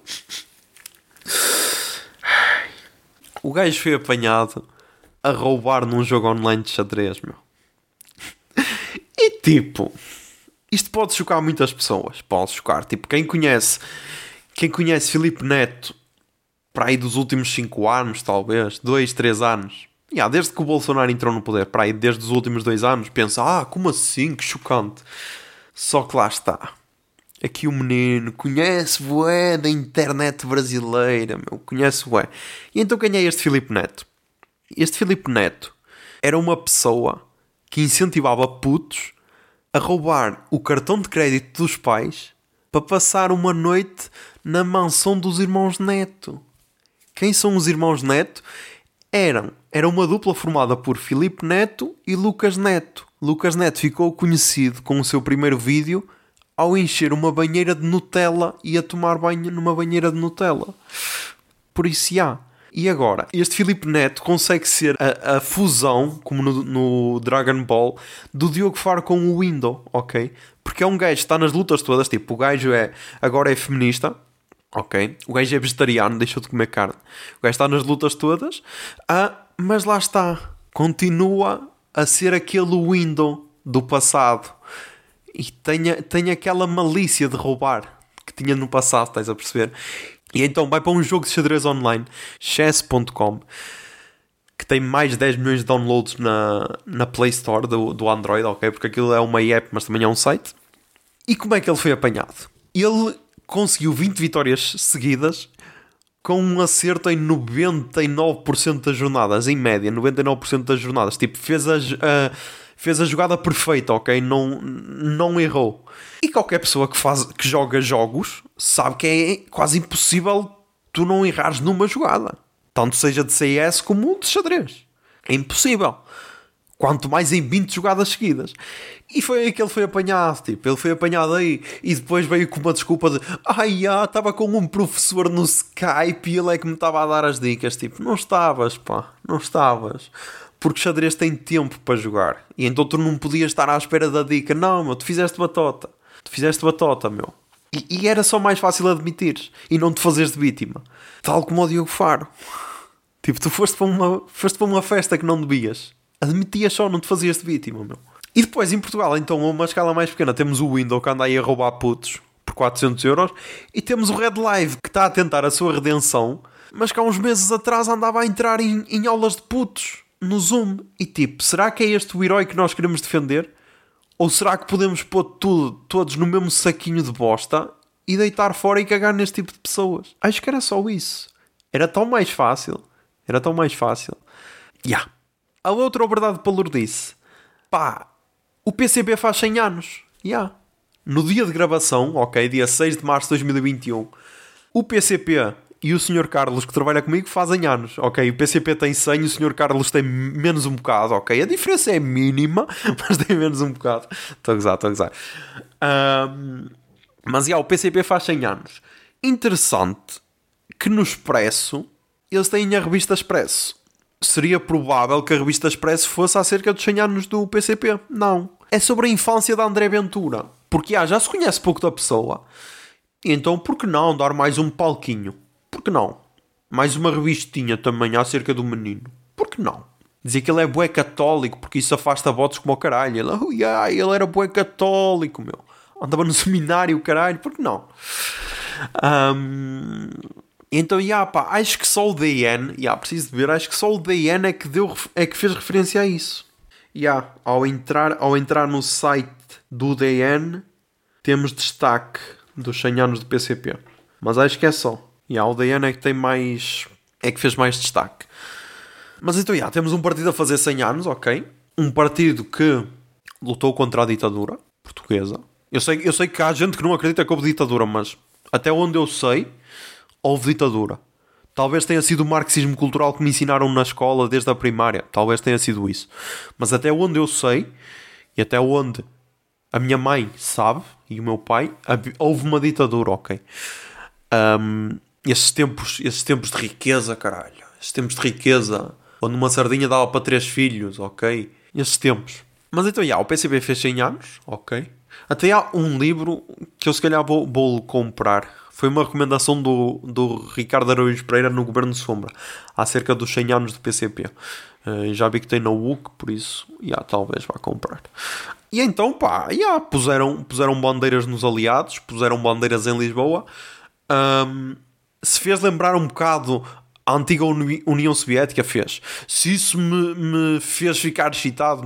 A roubar num jogo online de xadrez, meu. E tipo, isto pode chocar muitas pessoas. Pode chocar. Tipo, quem conhece Filipe Neto para aí dos últimos 5 anos, talvez, 2, 3 anos. Desde que o Bolsonaro entrou no poder, para aí desde os últimos 2 anos, pensa, como assim? Que chocante. Só que lá está. Aqui o menino conhece bué da internet brasileira, meu. Conhece bué. E então quem é este Filipe Neto? Este Filipe Neto era uma pessoa que incentivava putos a roubar o cartão de crédito dos pais para passar uma noite na mansão dos irmãos Neto. Quem são os irmãos Neto? Era uma dupla formada por Filipe Neto e Lucas Neto. Lucas Neto ficou conhecido com o seu primeiro vídeo ao encher uma banheira de Nutella e a tomar banho numa banheira de Nutella. Por isso, E agora, este Filipe Neto consegue ser a fusão, como no Dragon Ball, do Diogo Faro com o Window, ok? Porque é um gajo que está nas lutas todas, tipo, o gajo agora é feminista, ok? O gajo é vegetariano, deixou de comer carne. O gajo está nas lutas todas, mas lá está, continua a ser aquele Window do passado. E tem aquela malícia de roubar que tinha no passado, estás a perceber? E então vai para um jogo de xadrez online, chess.com, que tem mais de 10 milhões de downloads na Play Store do Android, ok? Porque aquilo é uma app, mas também é um site. E como é que ele foi apanhado? Ele conseguiu 20 vitórias seguidas com um acerto em 99% das jornadas, em média, 99% das jornadas. Tipo, fez a jogada perfeita, ok? Não errou. E qualquer pessoa que joga jogos sabe que é quase impossível tu não errares numa jogada. Tanto seja de CS como de xadrez. É impossível. Quanto mais em 20 jogadas seguidas. E foi aí que ele foi apanhado. Tipo, ele foi apanhado aí. E depois veio com uma desculpa de estava com um professor no Skype e ele é que me estava a dar as dicas. Tipo, não estavas, não estavas. Porque xadrez tem tempo para jogar. E então tu não podias estar à espera da dica. Não, meu, tu fizeste batota, meu. E era só mais fácil admitir e não te fazeres de vítima. Tal como o Diogo Faro. Tipo, tu foste para uma festa que não devias. Admitias só, não te fazias de vítima, meu. E depois, em Portugal, então, a uma escala mais pequena, temos o Window, que anda aí a roubar putos por 400 euros. E temos o Red Live, que está a tentar a sua redenção, mas que há uns meses atrás andava a entrar em aulas de putos no Zoom. E tipo, será que é este o herói que nós queremos defender? Ou será que podemos pôr todos no mesmo saquinho de bosta e deitar fora e cagar neste tipo de pessoas? Acho que era só isso. Era tão mais fácil. Yeah. A outra verdade palurdice. Pá, o PCP faz 100 anos. Yeah. No dia de gravação, ok, dia 6 de março de 2021, o PCP e o Sr. Carlos, que trabalha comigo, fazem anos. Ok, o PCP tem 100 e o Sr. Carlos tem menos um bocado. Ok, a diferença é mínima, mas tem menos um bocado. Estou a gozar. Mas, o PCP faz 100 anos. Interessante que no Expresso eles têm a revista Expresso. Seria provável que a revista Expresso fosse acerca dos 100 anos do PCP. Não. É sobre a infância da André Ventura. Porque já se conhece pouco da pessoa. E então, por que não dar mais um palquinho? Por que não? Mais uma revistinha também acerca do menino. Por que não? Dizer que ele é bué católico porque isso afasta votos como o caralho. Ele era bué católico, meu. Andava no seminário, caralho. Por que não? Então, acho que só o DN... preciso de ver. Acho que só o DN é que fez referência a isso. Ao entrar no site do DN, temos destaque dos 100 anos do PCP. Mas acho que é só. O DN é que tem mais... é que fez mais destaque. Mas então, temos um partido a fazer 100 anos, ok? Um partido que lutou contra a ditadura portuguesa. Eu sei que há gente que não acredita que houve ditadura, mas até onde eu sei, houve ditadura. Talvez tenha sido o marxismo cultural que me ensinaram na escola desde a primária. Talvez tenha sido isso. Mas até onde eu sei, e até onde a minha mãe sabe, e o meu pai, houve uma ditadura, ok? Esses tempos de riqueza, caralho. Esses tempos de riqueza, onde uma sardinha dava para 3 filhos, ok? Esses tempos. Mas então, o PCP fez 100 anos, ok? Até há um livro que eu se calhar vou comprar. Foi uma recomendação do Ricardo Araújo Pereira no Governo Sombra, acerca dos 100 anos do PCP. Já vi que tem na UC, por isso, talvez vá comprar. E então, puseram bandeiras nos aliados, puseram bandeiras em Lisboa. Se fez lembrar um bocado a antiga União Soviética, fez. Se isso me fez ficar excitado,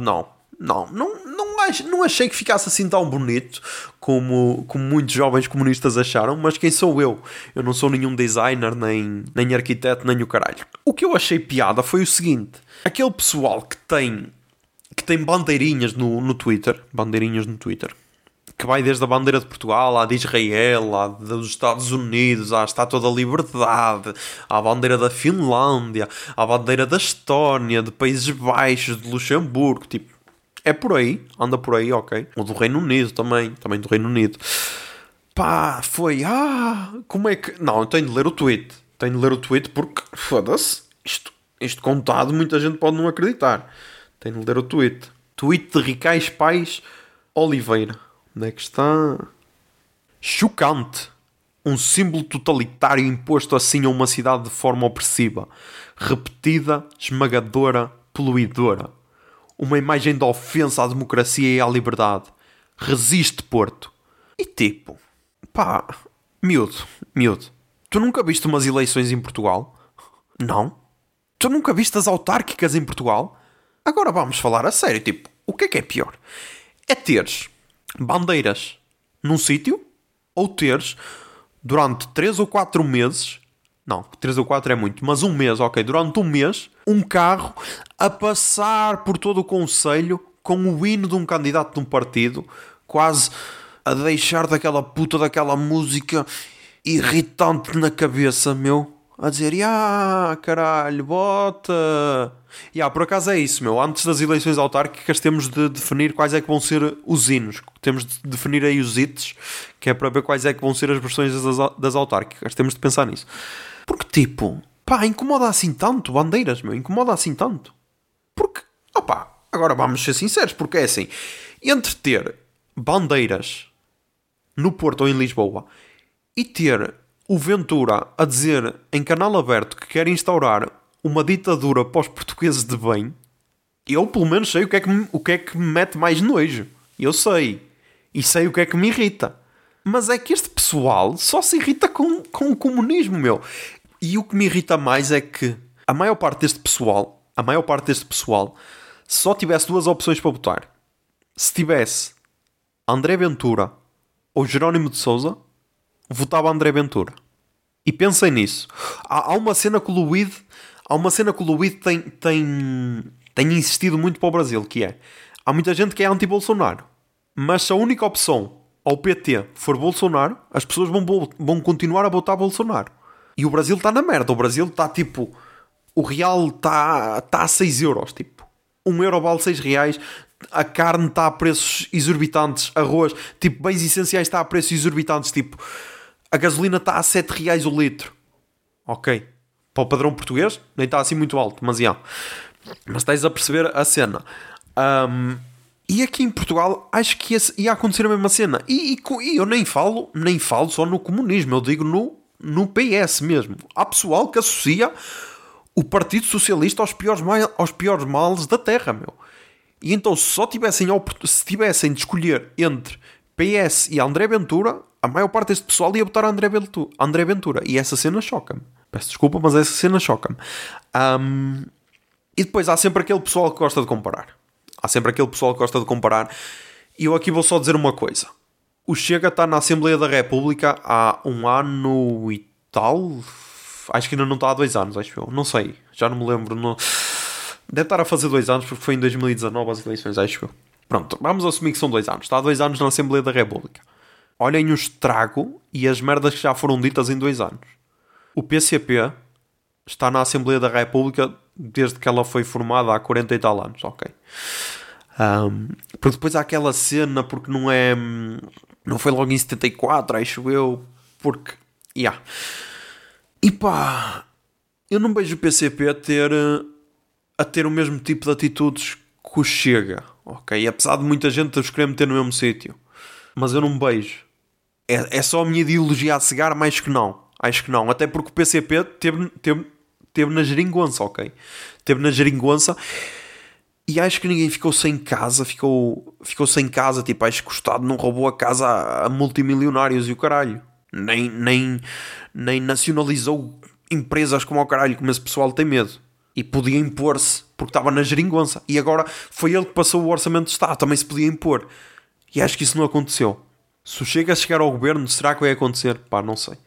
não achei que ficasse assim tão bonito como muitos jovens comunistas acharam, mas quem sou eu? Eu não sou nenhum designer, nem arquiteto, nem o caralho. O que eu achei piada foi o seguinte: aquele pessoal que tem bandeirinhas no Twitter, que vai desde a bandeira de Portugal, à de Israel, à dos Estados Unidos, à Estátua da Liberdade, à bandeira da Finlândia, à bandeira da Estónia, de Países Baixos, de Luxemburgo, tipo, é por aí, anda por aí, ok. O do Reino Unido também do Reino Unido. Foi, como é que... Não, eu tenho de ler o tweet, porque, foda-se, isto contado, muita gente pode não acreditar. Tenho de ler o tweet. Tweet de Ricais Pais Oliveira. Onde é que está? Chocante. Um símbolo totalitário imposto assim a uma cidade de forma opressiva. Repetida, esmagadora, poluidora. Uma imagem de ofensa à democracia e à liberdade. Resiste, Porto. E tipo... miúdo. Tu nunca viste umas eleições em Portugal? Não? Tu nunca viste as autárquicas em Portugal? Agora vamos falar a sério, tipo... O que é pior? É teres bandeiras num sítio, ou teres durante 3 ou 4 meses, não, 3 ou 4 é muito, mas um mês, ok, durante um mês, um carro a passar por todo o concelho com o hino de um candidato de um partido, quase a deixar daquela música irritante na cabeça, meu, a dizer, caralho, bota. Por acaso é isso, meu. Antes das eleições autárquicas temos de definir quais é que vão ser os hinos. Temos de definir aí os hits, que é para ver quais é que vão ser as versões das autárquicas. Temos de pensar nisso. Porque, tipo, incomoda assim tanto, bandeiras, meu. Incomoda assim tanto. Porque, agora vamos ser sinceros, porque é assim. Entre ter bandeiras no Porto ou em Lisboa, e ter o Ventura a dizer em canal aberto que quer instaurar uma ditadura para os portugueses de bem, eu pelo menos sei o que é que me mete mais nojo. Eu sei. E sei o que é que me irrita. Mas é que este pessoal só se irrita com o comunismo, meu. E o que me irrita mais é que a maior parte deste pessoal só tivesse duas opções para votar. Se tivesse André Ventura ou Jerónimo de Sousa, votava André Ventura. E pensem nisso. Há uma cena que o Luís tem insistido muito para o Brasil, que é, há muita gente que é anti-Bolsonaro, mas se a única opção ao PT for Bolsonaro, as pessoas vão continuar a votar Bolsonaro. E o Brasil está na merda. O Brasil está tipo, o real está a 6 euros, tipo, 1 euro vale 6 reais. A carne está a preços exorbitantes, arroz, tipo, bens essenciais está a preços exorbitantes, tipo, a gasolina está a 7 reais o litro. Ok. Para o padrão português, nem está assim muito alto, mas já. Mas estás a perceber a cena. E aqui em Portugal, acho que ia acontecer a mesma cena. E eu nem falo só no comunismo, eu digo no PS mesmo. Há pessoal que associa o Partido Socialista aos piores males da Terra, meu. E então, se tivessem de escolher entre PS e André Ventura, a maior parte deste pessoal ia votar André Ventura. E essa cena choca-me. Peço desculpa, mas essa cena choca-me. E depois há sempre aquele pessoal que gosta de comparar. E eu aqui vou só dizer uma coisa. O Chega está na Assembleia da República há 1 ano e tal. Acho que ainda não está há 2 anos, acho eu. Não sei, já não me lembro. Não... Deve estar a fazer 2 anos, porque foi em 2019 as eleições, acho eu. Pronto, vamos assumir que são 2 anos. Está há 2 anos na Assembleia da República. Olhem o estrago e as merdas que já foram ditas em 2 anos. O PCP está na Assembleia da República desde que ela foi formada há 40 e tal anos, ok. Porque depois há aquela cena, porque não foi logo em 74, acho eu, porque, E pá, eu não vejo o PCP a ter o mesmo tipo de atitudes que o Chega, ok? Apesar de muita gente os querer meter no mesmo sítio, mas eu não vejo. É só a minha ideologia a cegar, mais que não. Acho que não, até porque o PCP teve na geringonça, ok? Teve na geringonça e acho que ninguém ficou sem casa, ficou sem casa, tipo, acho que o Estado não roubou a casa a multimilionários e o caralho. Nem nacionalizou empresas como o caralho, como esse pessoal tem medo. E podia impor-se, porque estava na geringonça. E agora foi ele que passou o orçamento de Estado, também se podia impor. E acho que isso não aconteceu. Se o Chega a chegar ao governo, será que vai acontecer? Pá, não sei.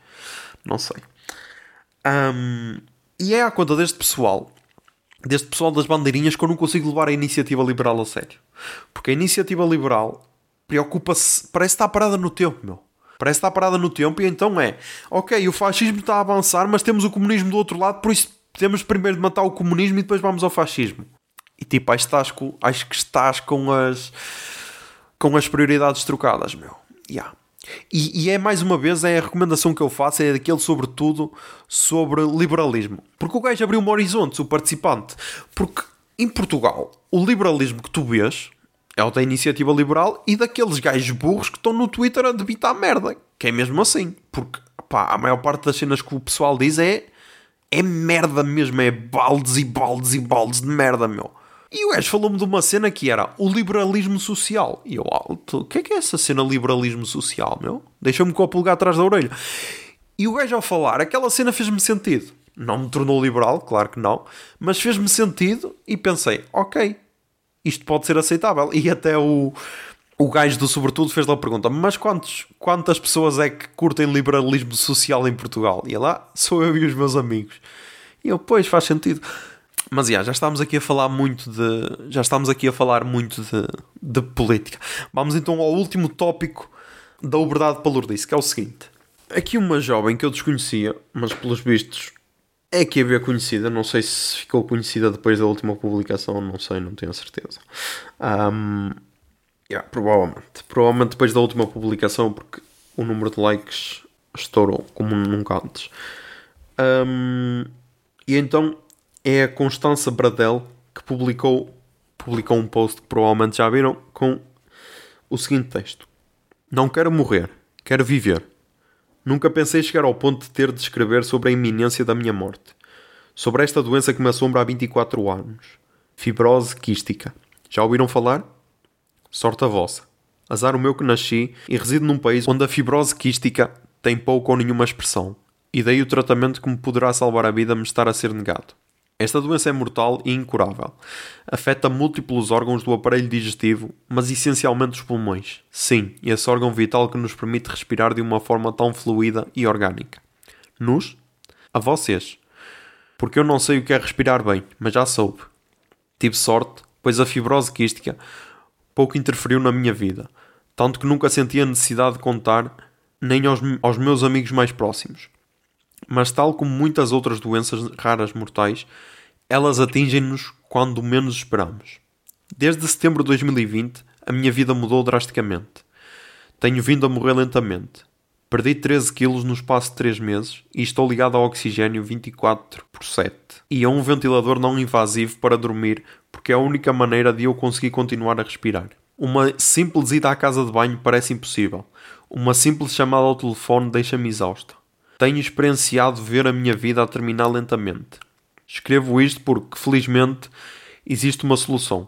E é à conta deste pessoal das bandeirinhas que eu não consigo levar a iniciativa liberal a sério. Porque a iniciativa liberal preocupa-se, parece estar parada no tempo, meu. Parece estar parada no tempo e então ok, o fascismo está a avançar, mas temos o comunismo do outro lado, por isso temos primeiro de matar o comunismo e depois vamos ao fascismo. E tipo, acho que estás com as prioridades trocadas, meu. E é mais uma vez, a recomendação que eu faço é daquele sobretudo sobre liberalismo. Porque o gajo abriu um horizonte, o participante. Porque em Portugal, o liberalismo que tu vês é o da iniciativa liberal e daqueles gajos burros que estão no Twitter a debitar merda. Que é mesmo assim. Porque pá, a maior parte das cenas que o pessoal diz é merda mesmo. É baldes e baldes e baldes de merda, meu. E o gajo falou-me de uma cena que era o liberalismo social. E eu, o que é essa cena liberalismo social, meu? Deixa-me com o polegar atrás da orelha. E o gajo ao falar, aquela cena fez-me sentido. Não me tornou liberal, claro que não. Mas fez-me sentido e pensei, ok, isto pode ser aceitável. E até o gajo do Sobretudo fez lá a pergunta, mas quantas pessoas é que curtem liberalismo social em Portugal? E lá, sou eu e os meus amigos. E eu, pois, faz sentido. Mas já estamos aqui a falar muito de política. Vamos então ao último tópico da Uberdade Palurdice, que é o seguinte. Aqui uma jovem que eu desconhecia, mas pelos vistos é que havia conhecida, não sei se ficou conhecida depois da última publicação, não sei, não tenho a certeza. Provavelmente depois da última publicação, porque o número de likes estourou como nunca antes. E então é a Constança Bradel que publicou um post que provavelmente já viram com o seguinte texto: não quero morrer, Quero viver. Nunca pensei chegar ao ponto de ter de escrever sobre a iminência da minha morte. Sobre esta doença que me assombra há 24 anos. Fibrose quística. Já ouviram falar? Sorte a vossa. Azar o meu que nasci e resido num país onde a fibrose quística tem pouco ou nenhuma expressão. E daí o tratamento que me poderá salvar a vida me estar a ser negado. Esta doença é mortal e incurável. Afeta múltiplos órgãos do aparelho digestivo, mas essencialmente os pulmões. Sim, esse órgão vital que nos permite respirar de uma forma tão fluida e orgânica. Nos? A vocês. Porque eu não sei o que é respirar bem, mas já soube. Tive sorte, pois a fibrose quística pouco interferiu na minha vida, tanto que nunca senti a necessidade de contar nem aos meus amigos mais próximos. Mas tal como muitas outras doenças raras mortais, elas atingem-nos quando menos esperamos. Desde setembro de 2020, a minha vida mudou drasticamente. Tenho vindo a morrer lentamente. Perdi 13 quilos no espaço de 3 meses e estou ligado ao oxigênio 24/7 e a um ventilador não invasivo para dormir, porque é a única maneira de eu conseguir continuar a respirar. Uma simples ida à casa de banho parece impossível. Uma simples chamada ao telefone deixa-me exausta. Tenho experienciado ver a minha vida a terminar lentamente. Escrevo isto porque, felizmente, existe uma solução.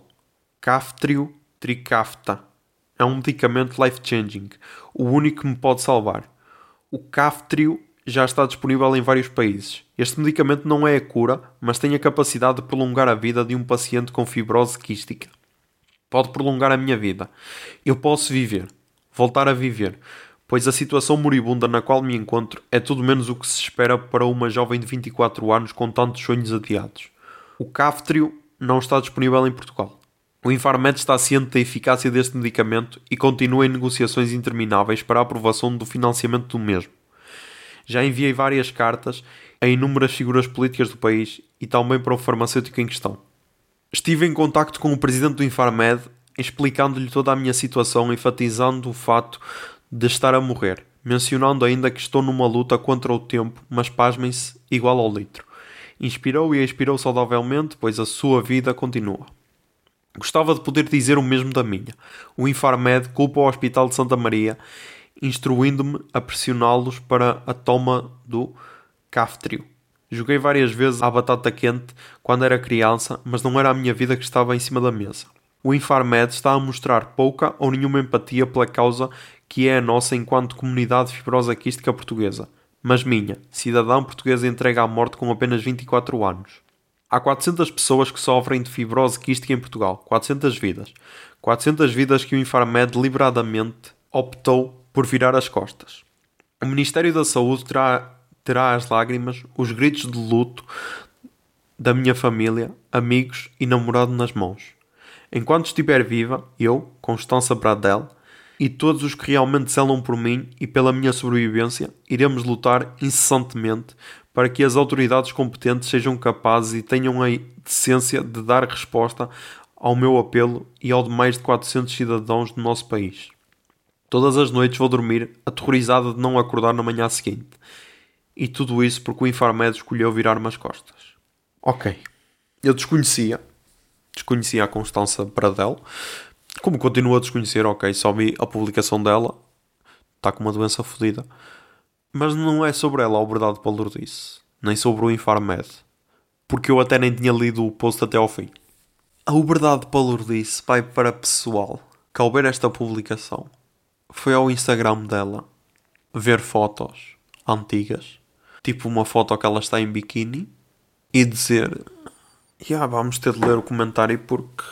Kaftrio Trikafta. É um medicamento life-changing, o único que me pode salvar. O Kaftrio já está disponível em vários países. Este medicamento não é a cura, mas tem a capacidade de prolongar a vida de um paciente com fibrose quística. Pode prolongar a minha vida. Eu posso viver. Voltar a viver. Pois a situação moribunda na qual me encontro é tudo menos o que se espera para uma jovem de 24 anos com tantos sonhos adiados. O Kaftrio não está disponível em Portugal. O Infarmed está ciente da eficácia deste medicamento e continua em negociações intermináveis para a aprovação do financiamento do mesmo. Já enviei várias cartas a inúmeras figuras políticas do país e também para o farmacêutico em questão. Estive em contacto com o presidente do Infarmed, explicando-lhe toda a minha situação, enfatizando o fato de estar a morrer, mencionando ainda que estou numa luta contra o tempo, mas pasmem-se, igual ao litro. Inspirou e expirou saudavelmente, pois a sua vida continua. Gostava de poder dizer o mesmo da minha. O Infarmed culpa o Hospital de Santa Maria, instruindo-me a pressioná-los para a toma do Kaftrio. Joguei várias vezes à batata quente quando era criança, mas não era a minha vida que estava em cima da mesa. O Infarmed está a mostrar pouca ou nenhuma empatia pela causa que é a nossa enquanto comunidade de fibrosa quística portuguesa, mas minha, cidadã portuguesa entregue à morte com apenas 24 anos. Há 400 pessoas que sofrem de fibrose quística em Portugal, 400 vidas. 400 vidas que o Infarmed deliberadamente optou por virar as costas. O Ministério da Saúde terá as lágrimas, os gritos de luto da minha família, amigos e namorado nas mãos. Enquanto estiver viva, eu, Constança Bradel, e todos os que realmente zelam por mim e pela minha sobrevivência, iremos lutar incessantemente para que as autoridades competentes sejam capazes e tenham a decência de dar resposta ao meu apelo e ao de mais de 400 cidadãos do nosso país. Todas as noites vou dormir aterrorizada de não acordar na manhã seguinte. E tudo isso porque o Infarmed escolheu virar-me as costas. Ok. Eu desconhecia a Constança Bradel. Como continuo a desconhecer, ok, só vi a publicação dela. Está com uma doença fodida. Mas não é sobre ela a Uberdade Palurdice. Nem sobre o Infarmed. Porque eu até nem tinha lido o post até ao fim. A Uberdade Palurdice vai para pessoal que ao ver esta publicação foi ao Instagram dela ver fotos antigas. Tipo uma foto que ela está em biquíni. E dizer... vamos ter de ler o comentário porque...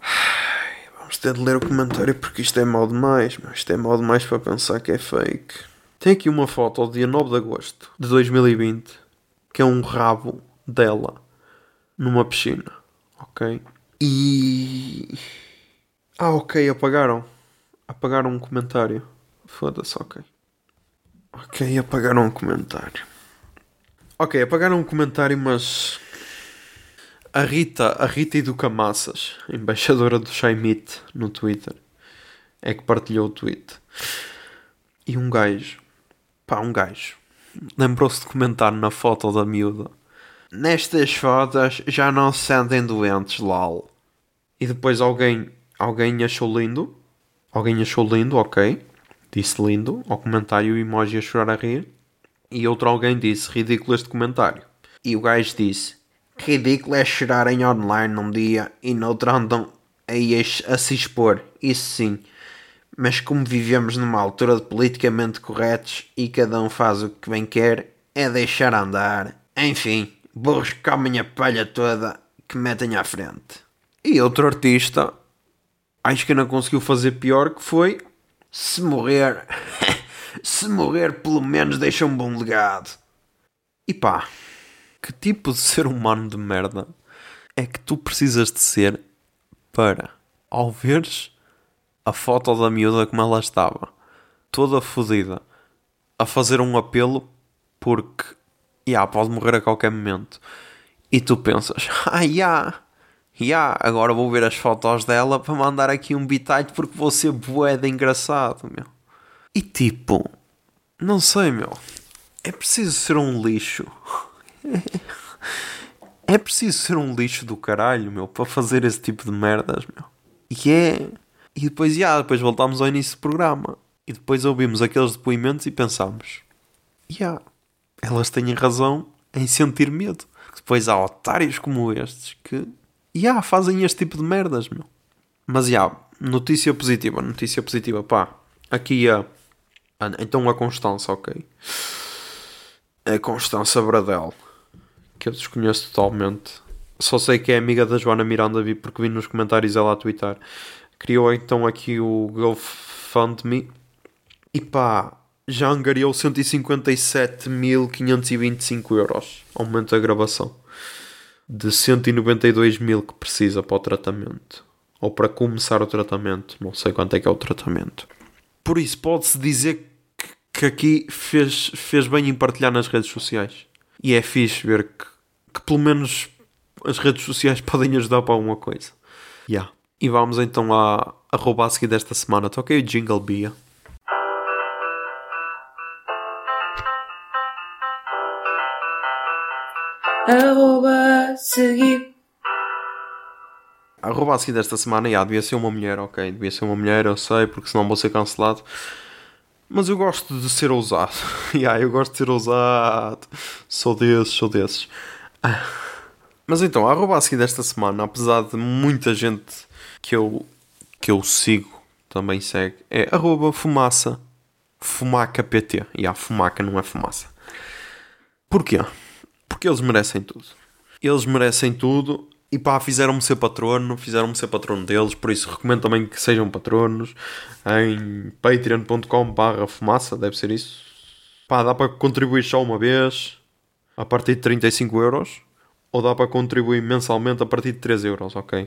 isto é mau demais. Mas isto é mau demais para pensar que é fake. Tem aqui uma foto do dia 9 de agosto de 2020. Que é um rabo dela numa piscina. Ok? E... ok, apagaram. Apagaram um comentário. Foda-se, ok. Ok, apagaram um comentário. Ok, apagaram um comentário, mas... A Rita Educamassas, embaixadora do Shaimite no Twitter, é que partilhou o tweet. E um gajo, lembrou-se de comentar na foto da miúda: nestas fotos já não se sentem doentes, lol. E depois alguém achou lindo, ok. Disse lindo ao comentário e emoji a chorar a rir. E outro alguém disse ridículo este comentário. E o gajo disse ridículo é chorarem online num dia e noutro andam aí a se expor. Isso sim. Mas como vivemos numa altura de politicamente corretos e cada um faz o que bem quer, é deixar andar. Enfim, burros que comem a palha toda que metem à frente. E outro artista, acho que não conseguiu fazer pior, que foi se morrer, se morrer pelo menos deixa um bom legado. E pá, que tipo de ser humano de merda é que tu precisas de ser para, ao veres a foto da miúda como ela estava, toda fodida, a fazer um apelo porque pode morrer a qualquer momento, e tu pensas, agora vou ver as fotos dela para mandar aqui um bitite porque vou ser bué de engraçado, meu. E tipo, não sei, meu, é preciso ser um lixo. É preciso ser um lixo do caralho, meu, para fazer esse tipo de merdas, meu. E depois, depois voltámos ao início do programa. E depois ouvimos aqueles depoimentos e pensámos, elas têm razão em sentir medo. Depois há otários como estes que, fazem este tipo de merdas, meu. Mas, notícia positiva, pá. Aqui então a Constança, ok. A Constança Bradel, que eu desconheço totalmente. Só sei que é amiga da Joana Miranda, porque vi nos comentários ela a twittar. Criou então aqui o GoFundMe e pá, já angariou 157.525 euros. Aumento da gravação de 192.000 que precisa para o tratamento, ou para começar o tratamento. Não sei quanto é que é o tratamento. Por isso pode-se dizer que aqui fez bem em partilhar nas redes sociais. E é fixe ver que pelo menos as redes sociais podem ajudar para alguma coisa. E vamos então à arroba a seguir desta semana. Toquei o jingle, Bia. Arroba seguir. A arroba a seguir desta semana, devia ser uma mulher, ok. Devia ser uma mulher, eu sei, porque senão vou ser cancelado. Mas eu gosto de ser ousado. Eu gosto de ser ousado. Sou desses. Mas então, a arroba a seguir desta semana, apesar de muita gente que eu sigo também segue, é arroba fumaça. Fumaca PT. Fumaca não é fumaça. Porquê? Porque eles merecem tudo. Eles merecem tudo. E pá, fizeram-me ser patrono deles, por isso recomendo também que sejam patronos em patreon.com/fumaça, deve ser isso. Pá, dá para contribuir só uma vez, a partir de 35 euros, ou dá para contribuir mensalmente a partir de 3 euros, ok?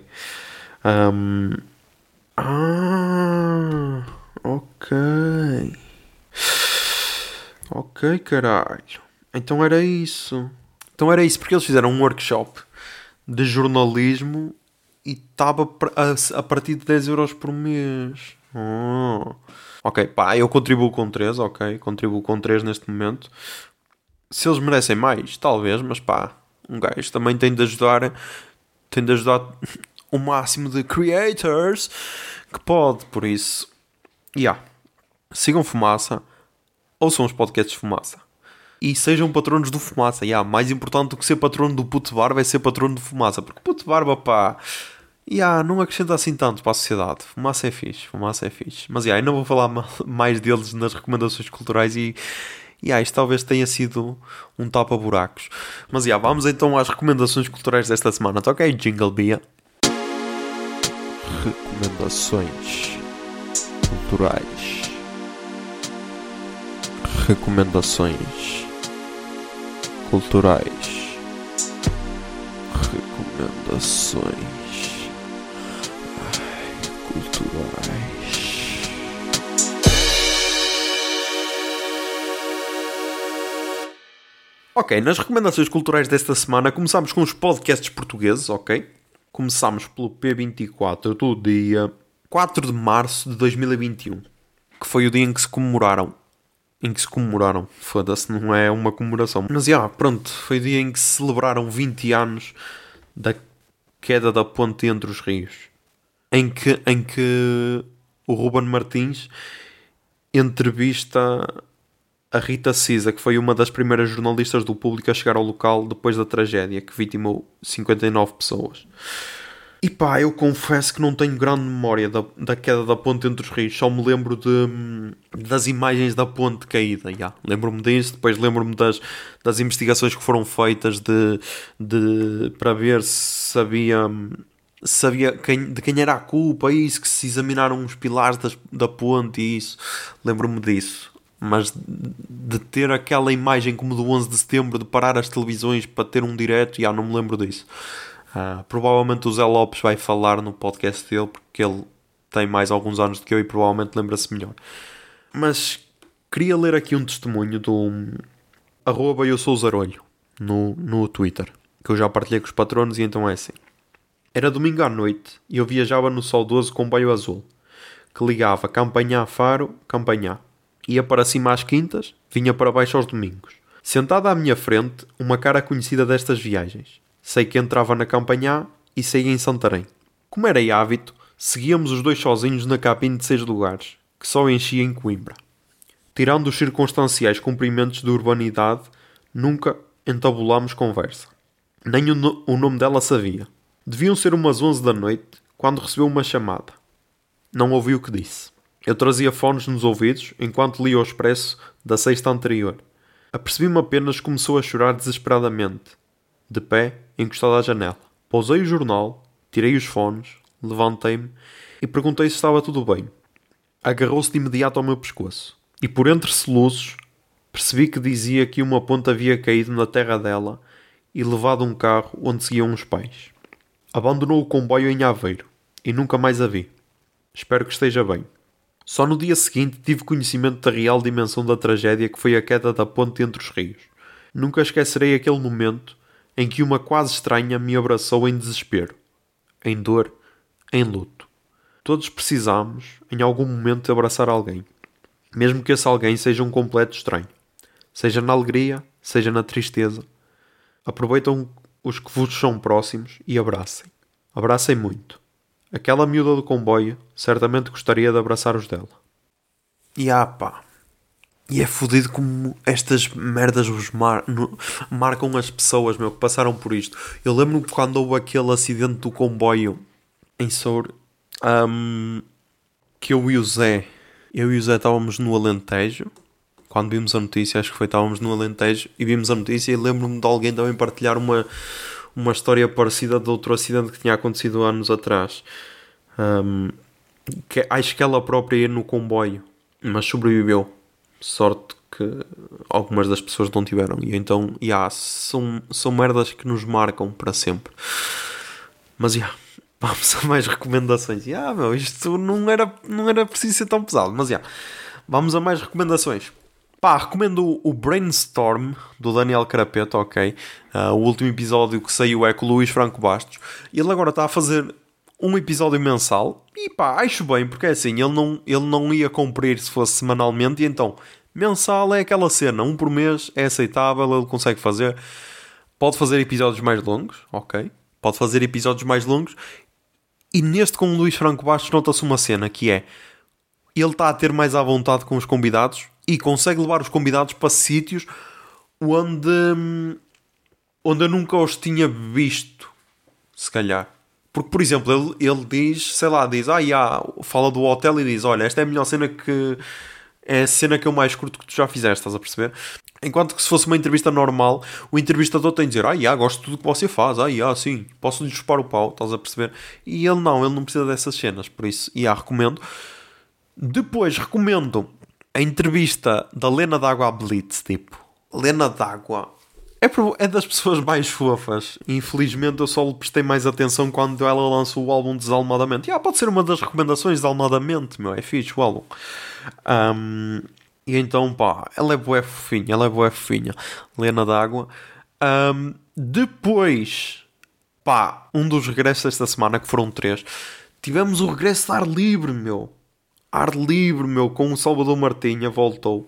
Ok, caralho. Então era isso, porque eles fizeram um workshop de jornalismo e estava a partir de 10 euros por mês. Ok, pá, eu contribuo com 3, ok? Contribuo com 3 neste momento. Se eles merecem mais, talvez, mas pá, um gajo também tem de ajudar o máximo de creators que pode, por isso. Sigam Fumaça, ouçam os podcasts de Fumaça. E sejam patronos do Fumaça. Mais importante do que ser patrono do Puto Barba é ser patrono do Fumaça. Porque o Puto Barba, pá, não acrescenta assim tanto para a sociedade. Fumaça é fixe. Mas eu não vou falar mais deles nas recomendações culturais e isto talvez tenha sido um tapa-buracos. Mas vamos então às recomendações culturais desta semana. Toca aí, Jingle Bia. Recomendações culturais. Recomendações culturais. Ok, nas recomendações culturais desta semana começámos com os podcasts portugueses, ok? Começámos pelo P24 do dia 4 de março de 2021, que foi o dia em que se comemoraram. Foda-se, não é uma comemoração. Mas pronto, foi o dia em que se celebraram 20 anos da queda da ponte entre os rios. Em que o Ruben Martins entrevista a Rita Cisa, que foi uma das primeiras jornalistas do Público a chegar ao local depois da tragédia, que vitimou 59 pessoas. E pá, eu confesso que não tenho grande memória da queda da ponte entre os rios. Só me lembro das imagens da ponte caída. Lembro-me disso. Depois lembro-me das investigações que foram feitas para ver se sabia de quem era a culpa. Isso, que se examinaram os pilares da ponte e isso. Lembro-me disso. Mas de ter aquela imagem como do 11 de setembro, de parar as televisões para ter um direto, não me lembro disso. Provavelmente o Zé Lopes vai falar no podcast dele, porque ele tem mais alguns anos do que eu e provavelmente lembra-se melhor. Mas queria ler aqui um testemunho do @eu-sou-zarolho no Twitter, que eu já partilhei com os patronos, e então é assim. Era domingo à noite e eu viajava no saudoso comboio azul, que ligava Campanhã a Faro, Campanhã. Ia para cima às quintas, vinha para baixo aos domingos. Sentada à minha frente, uma cara conhecida destas viagens. Sei que entrava na Campanhã e saía em Santarém. Como era hábito, seguíamos os dois sozinhos na cabine de 6 lugares, que só enchia em Coimbra. Tirando os circunstanciais cumprimentos de urbanidade, nunca entabulámos conversa. Nem o nome dela sabia. Deviam ser umas 11 da noite, quando recebeu uma chamada. Não ouvi o que disse. Eu trazia fones nos ouvidos, enquanto lia o expresso da sexta anterior. Apercebi-me apenas que começou a chorar desesperadamente. De pé, encostado à janela. Pousei o jornal, tirei os fones, levantei-me e perguntei se estava tudo bem. Agarrou-se de imediato ao meu pescoço. E por entre soluços, percebi que dizia que uma ponte havia caído na terra dela e levado um carro onde seguiam os pais. Abandonou o comboio em Aveiro e nunca mais a vi. Espero que esteja bem. Só no dia seguinte tive conhecimento da real dimensão da tragédia que foi a queda da ponte entre os rios. Nunca esquecerei aquele momento em que uma quase estranha me abraçou em desespero, em dor, em luto. Todos precisamos, em algum momento, de abraçar alguém, mesmo que esse alguém seja um completo estranho. Seja na alegria, seja na tristeza. Aproveitam os que vos são próximos e abracem. Abracem muito. Aquela miúda do comboio certamente gostaria de abraçar os dela. E E é fodido como estas merdas vos marcam as pessoas, que passaram por isto. Eu lembro-me quando houve aquele acidente do comboio em Soure, que eu e o Zé estávamos no Alentejo. Quando vimos a notícia, acho que estávamos no Alentejo e vimos a notícia, e lembro-me de alguém também partilhar uma história parecida de outro acidente que tinha acontecido anos atrás. Que acho que ela própria ia no comboio, mas sobreviveu. Sorte que algumas das pessoas não tiveram. E então, são merdas que nos marcam para sempre. Mas, vamos a mais recomendações. Isto não era preciso ser tão pesado. Mas, vamos a mais recomendações. Recomendo o Brainstorm, do Daniel Carapeto, ok? O último episódio que saiu é com o Luís Franco Bastos. Ele agora está a fazer um episódio mensal. E acho bem, porque é assim, ele não ia cumprir se fosse semanalmente. E então, mensal é aquela cena. Um por mês é aceitável, ele consegue fazer. Pode fazer episódios mais longos, ok? Pode fazer episódios mais longos. E neste com o Luís Franco Bastos nota-se uma cena que é... Ele está a ter mais à vontade com os convidados e consegue levar os convidados para sítios onde eu nunca os tinha visto, se calhar. Porque, por exemplo, ele diz, fala do hotel e diz, olha, esta é a melhor cena é a cena que eu mais curto que tu já fizeste, estás a perceber? Enquanto que se fosse uma entrevista normal, o entrevistador tem de dizer, gosto de tudo que você faz, sim, posso lhe chupar o pau, estás a perceber? E ele não precisa dessas cenas, por isso, recomendo. Depois recomendo a entrevista da Lena D'Água à Blitz, Lena D'Água é das pessoas mais fofas. Infelizmente eu só lhe prestei mais atenção quando ela lançou o álbum Desalmadamente. Pode ser uma das recomendações, Desalmadamente, é fixe o álbum. E então, ela é bué fofinha, Lena D'Água. Depois, um dos regressos desta semana, que foram 3, tivemos o regresso de Ar Livre, com o Salvador Martinha, voltou.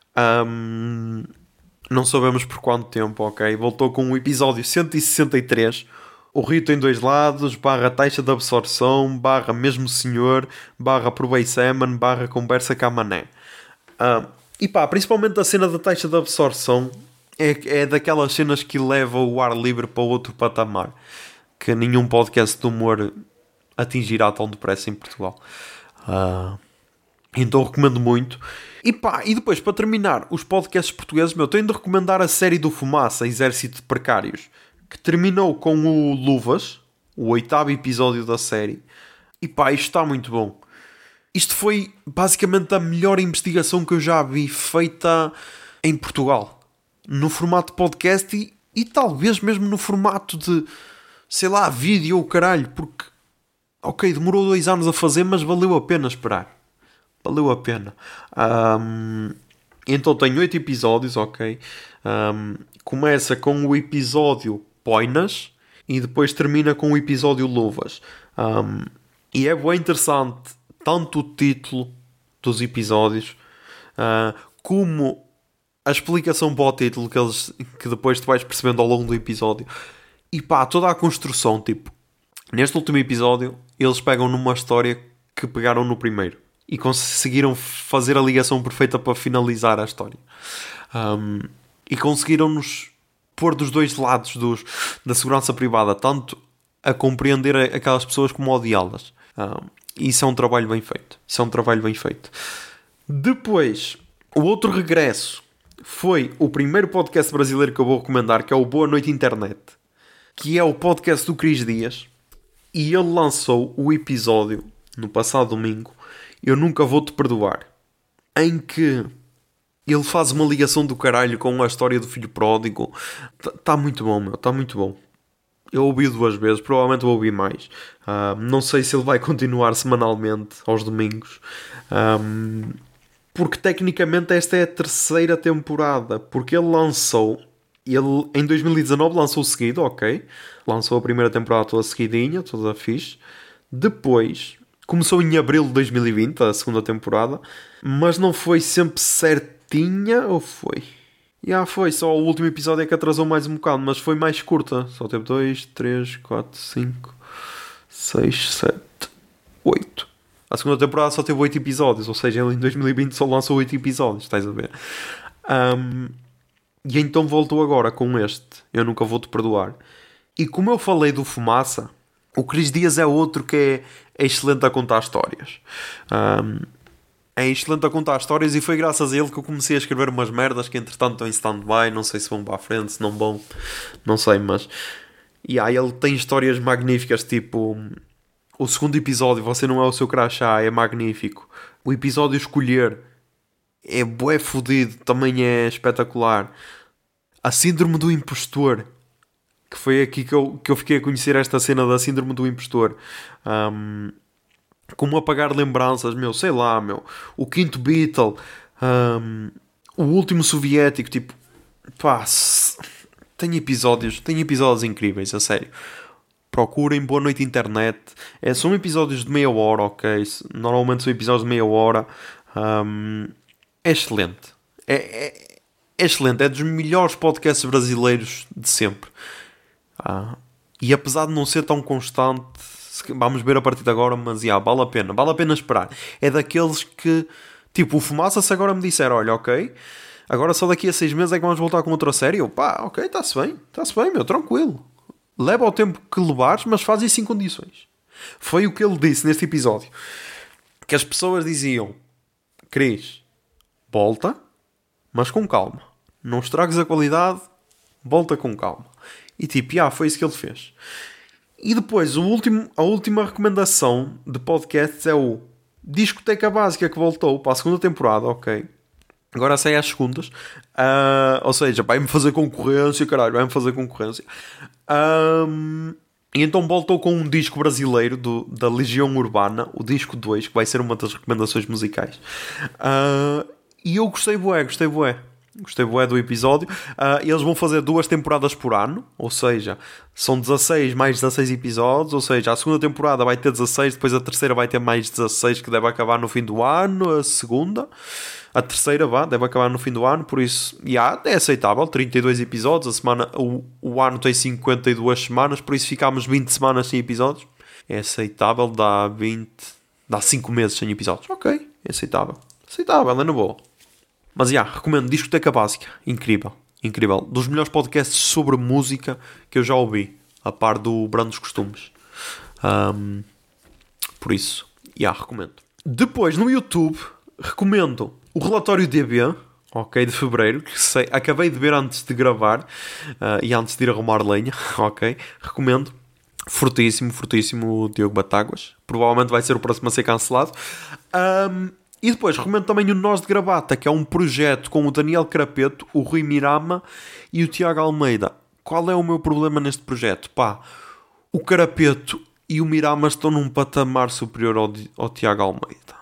Não sabemos por quanto tempo, ok? Voltou com o episódio 163. O Rio tem 2 lados, / taxa de absorção, / mesmo senhor, / provei semen, / conversa com a mané. E pá, principalmente a cena da taxa de absorção é daquelas cenas que leva o ar livre para outro patamar, que nenhum podcast de humor atingirá tão depressa em Portugal. Então recomendo muito. E pá, e depois, para terminar, os podcasts portugueses, tenho de recomendar a série do Fumaça, Exército de Precários, que terminou com o Luvas, o 8º episódio da série. E pá, isto está muito bom. Isto foi basicamente a melhor investigação que eu já vi feita em Portugal. No formato de podcast e talvez mesmo no formato de, sei lá, vídeo ou caralho. Porque, ok, demorou 2 anos a fazer, mas valeu a pena esperar. Valeu a pena. Então tem 8 episódios, ok. Começa com o episódio Poinas e depois termina com o episódio Luvas. E é bem interessante tanto o título dos episódios como a explicação para o título que depois tu vais percebendo ao longo do episódio. E pá, toda a construção, tipo, neste último episódio eles pegam numa história que pegaram no primeiro e conseguiram fazer a ligação perfeita para finalizar a história. E conseguiram-nos pôr dos dois lados da segurança privada, tanto a compreender aquelas pessoas como a odiá-las. Isso é um trabalho bem feito. Depois, o outro regresso foi o primeiro podcast brasileiro que eu vou recomendar, que é o Boa Noite Internet, que é o podcast do Cris Dias, e ele lançou o episódio no passado domingo, Eu Nunca Vou Te Perdoar, em que ele faz uma ligação do caralho com a história do filho pródigo. Está muito bom, está muito bom. Eu ouvi 2 vezes, provavelmente vou ouvir mais. Não sei se ele vai continuar semanalmente, aos domingos. Porque tecnicamente esta é a 3ª temporada. Porque ele em 2019 lançou seguido, ok. Lançou a primeira temporada toda seguidinha, toda fixe. Depois, começou em abril de 2020, a 2ª temporada. Mas não foi sempre certinha, ou foi? Foi, só o último episódio é que atrasou mais um bocado, mas foi mais curta. Só teve 2, 3, 4, 5, 6, 7, 8. A 2ª temporada só teve 8 episódios, ou seja, ele em 2020 só lançou 8 episódios, estás a ver? E então voltou agora com este, Eu Nunca Vou Te Perdoar. E como eu falei do Fumaça, o Cris Dias é outro que é excelente a contar histórias. É excelente a contar histórias e foi graças a ele que eu comecei a escrever umas merdas que entretanto estão em stand-by, não sei se vão para a frente, se não vão, não sei, mas ele tem histórias magníficas, tipo o 2º episódio, Você Não É o Seu Crachá, é magnífico. O episódio Escolher é bué fodido, também é espetacular. A Síndrome do Impostor, que foi aqui que eu fiquei a conhecer esta cena da Síndrome do Impostor. Como apagar lembranças, sei lá, o 5º Beatle, o último soviético, tipo, pá, tem episódios incríveis, a sério. Procurem Boa Noite Internet. São episódios de meia hora, ok? Normalmente são episódios de meia hora. É excelente. É excelente. É dos melhores podcasts brasileiros de sempre. E apesar de não ser tão constante, vamos ver a partir de agora, mas vale a pena esperar. É daqueles que, tipo, o Fumaça, se agora me disser, olha, ok, agora só daqui a 6 meses é que vamos voltar com outra série, eu, pá, ok, está-se bem, tranquilo, leva o tempo que levares, mas faz isso em condições. Foi o que ele disse neste episódio, que as pessoas diziam, Cris, volta, mas com calma, não estragues a qualidade, volta com calma. E tipo, foi isso que ele fez. E depois, a última recomendação de podcasts é o Discoteca Básica, que voltou para a 2ª temporada, ok. Agora sai às segundas. Ou seja, vai-me fazer concorrência, caralho, vai-me fazer concorrência. E então voltou com um disco brasileiro da Legião Urbana, o disco 2, que vai ser uma das recomendações musicais. E eu gostei bué. Gostei bué do episódio. Eles vão fazer 2 temporadas por ano, ou seja, são 16 mais 16 episódios, ou seja, a 2ª temporada vai ter 16, depois a 3ª vai ter mais 16, que deve acabar no fim do ano, a 2ª, a 3ª deve acabar no fim do ano, por isso, é aceitável, 32 episódios, a semana, o ano tem 52 semanas, por isso ficámos 20 semanas sem episódios, é aceitável, dá 5 meses sem episódios, ok, é aceitável, é na boa. Mas, recomendo. Discoteca Básica. Incrível. Incrível. Dos melhores podcasts sobre música que eu já ouvi. A par do Brandos Costumes. Por isso, recomendo. Depois, no YouTube, recomendo o relatório DB, ok, de fevereiro, que acabei de ver antes de gravar e antes de ir arrumar lenha, ok, recomendo. Fortíssimo, fortíssimo o Diogo Batáguas. Provavelmente vai ser o próximo a ser cancelado. E depois, recomendo também o Nós de Gravata, que é um projeto com o Daniel Carapeto, o Rui Mirama e o Tiago Almeida. Qual é o meu problema neste projeto? O Carapeto e o Mirama estão num patamar superior ao Tiago Almeida.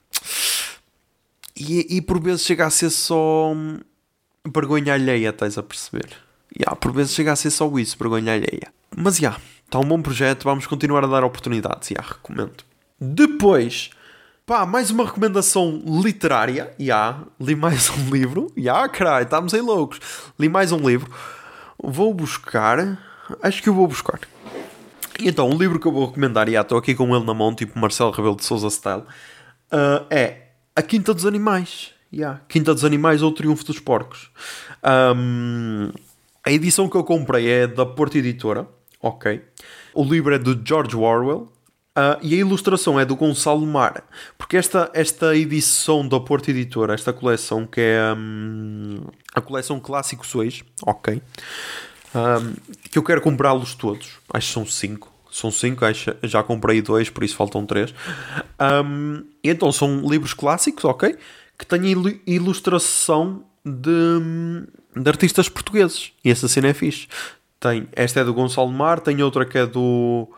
E por vezes chega a ser só vergonha alheia, estás a perceber? Por vezes chega a ser só isso, vergonha alheia. Mas está um bom projeto, vamos continuar a dar oportunidades. Recomendo. Depois, mais uma recomendação literária. Li mais um livro. Caralho, estamos aí loucos. Li mais um livro. Vou buscar. Acho que eu vou buscar. Então, um livro que eu vou recomendar, estou aqui com ele na mão, tipo Marcelo Rebelo de Sousa style, é A Quinta dos Animais. Quinta dos Animais ou O Triunfo dos Porcos. A edição que eu comprei é da Porto Editora. Ok. O livro é do George Orwell. E a ilustração é do Gonçalo Mar. Porque esta edição da Porto Editora, esta coleção, que é a coleção Clássicos Sois, ok, que eu quero comprá-los todos. Acho que são 5. São 5, já comprei 2, por isso faltam 3. Então são livros clássicos, ok, que têm ilustração de artistas portugueses. E essa cena é fixe. Esta é do Gonçalo Mar, tem outra que é do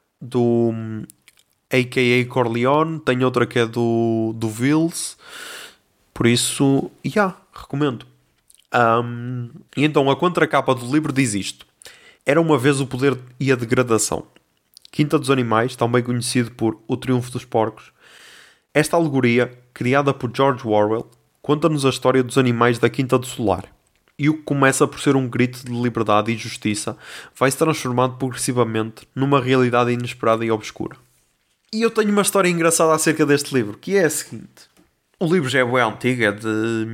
a.k.a. Corleone, tem outra que é do Vils. Por isso, recomendo. E então a contracapa do livro diz isto: Era uma vez o poder e a degradação. Quinta dos Animais, também conhecido por O Triunfo dos Porcos. Esta alegoria, criada por George Orwell, conta-nos a história dos animais da Quinta do Solar. E o que começa por ser um grito de liberdade e justiça vai se transformando progressivamente numa realidade inesperada e obscura. E eu tenho uma história engraçada acerca deste livro, que é a seguinte. O livro já é bem antigo, é de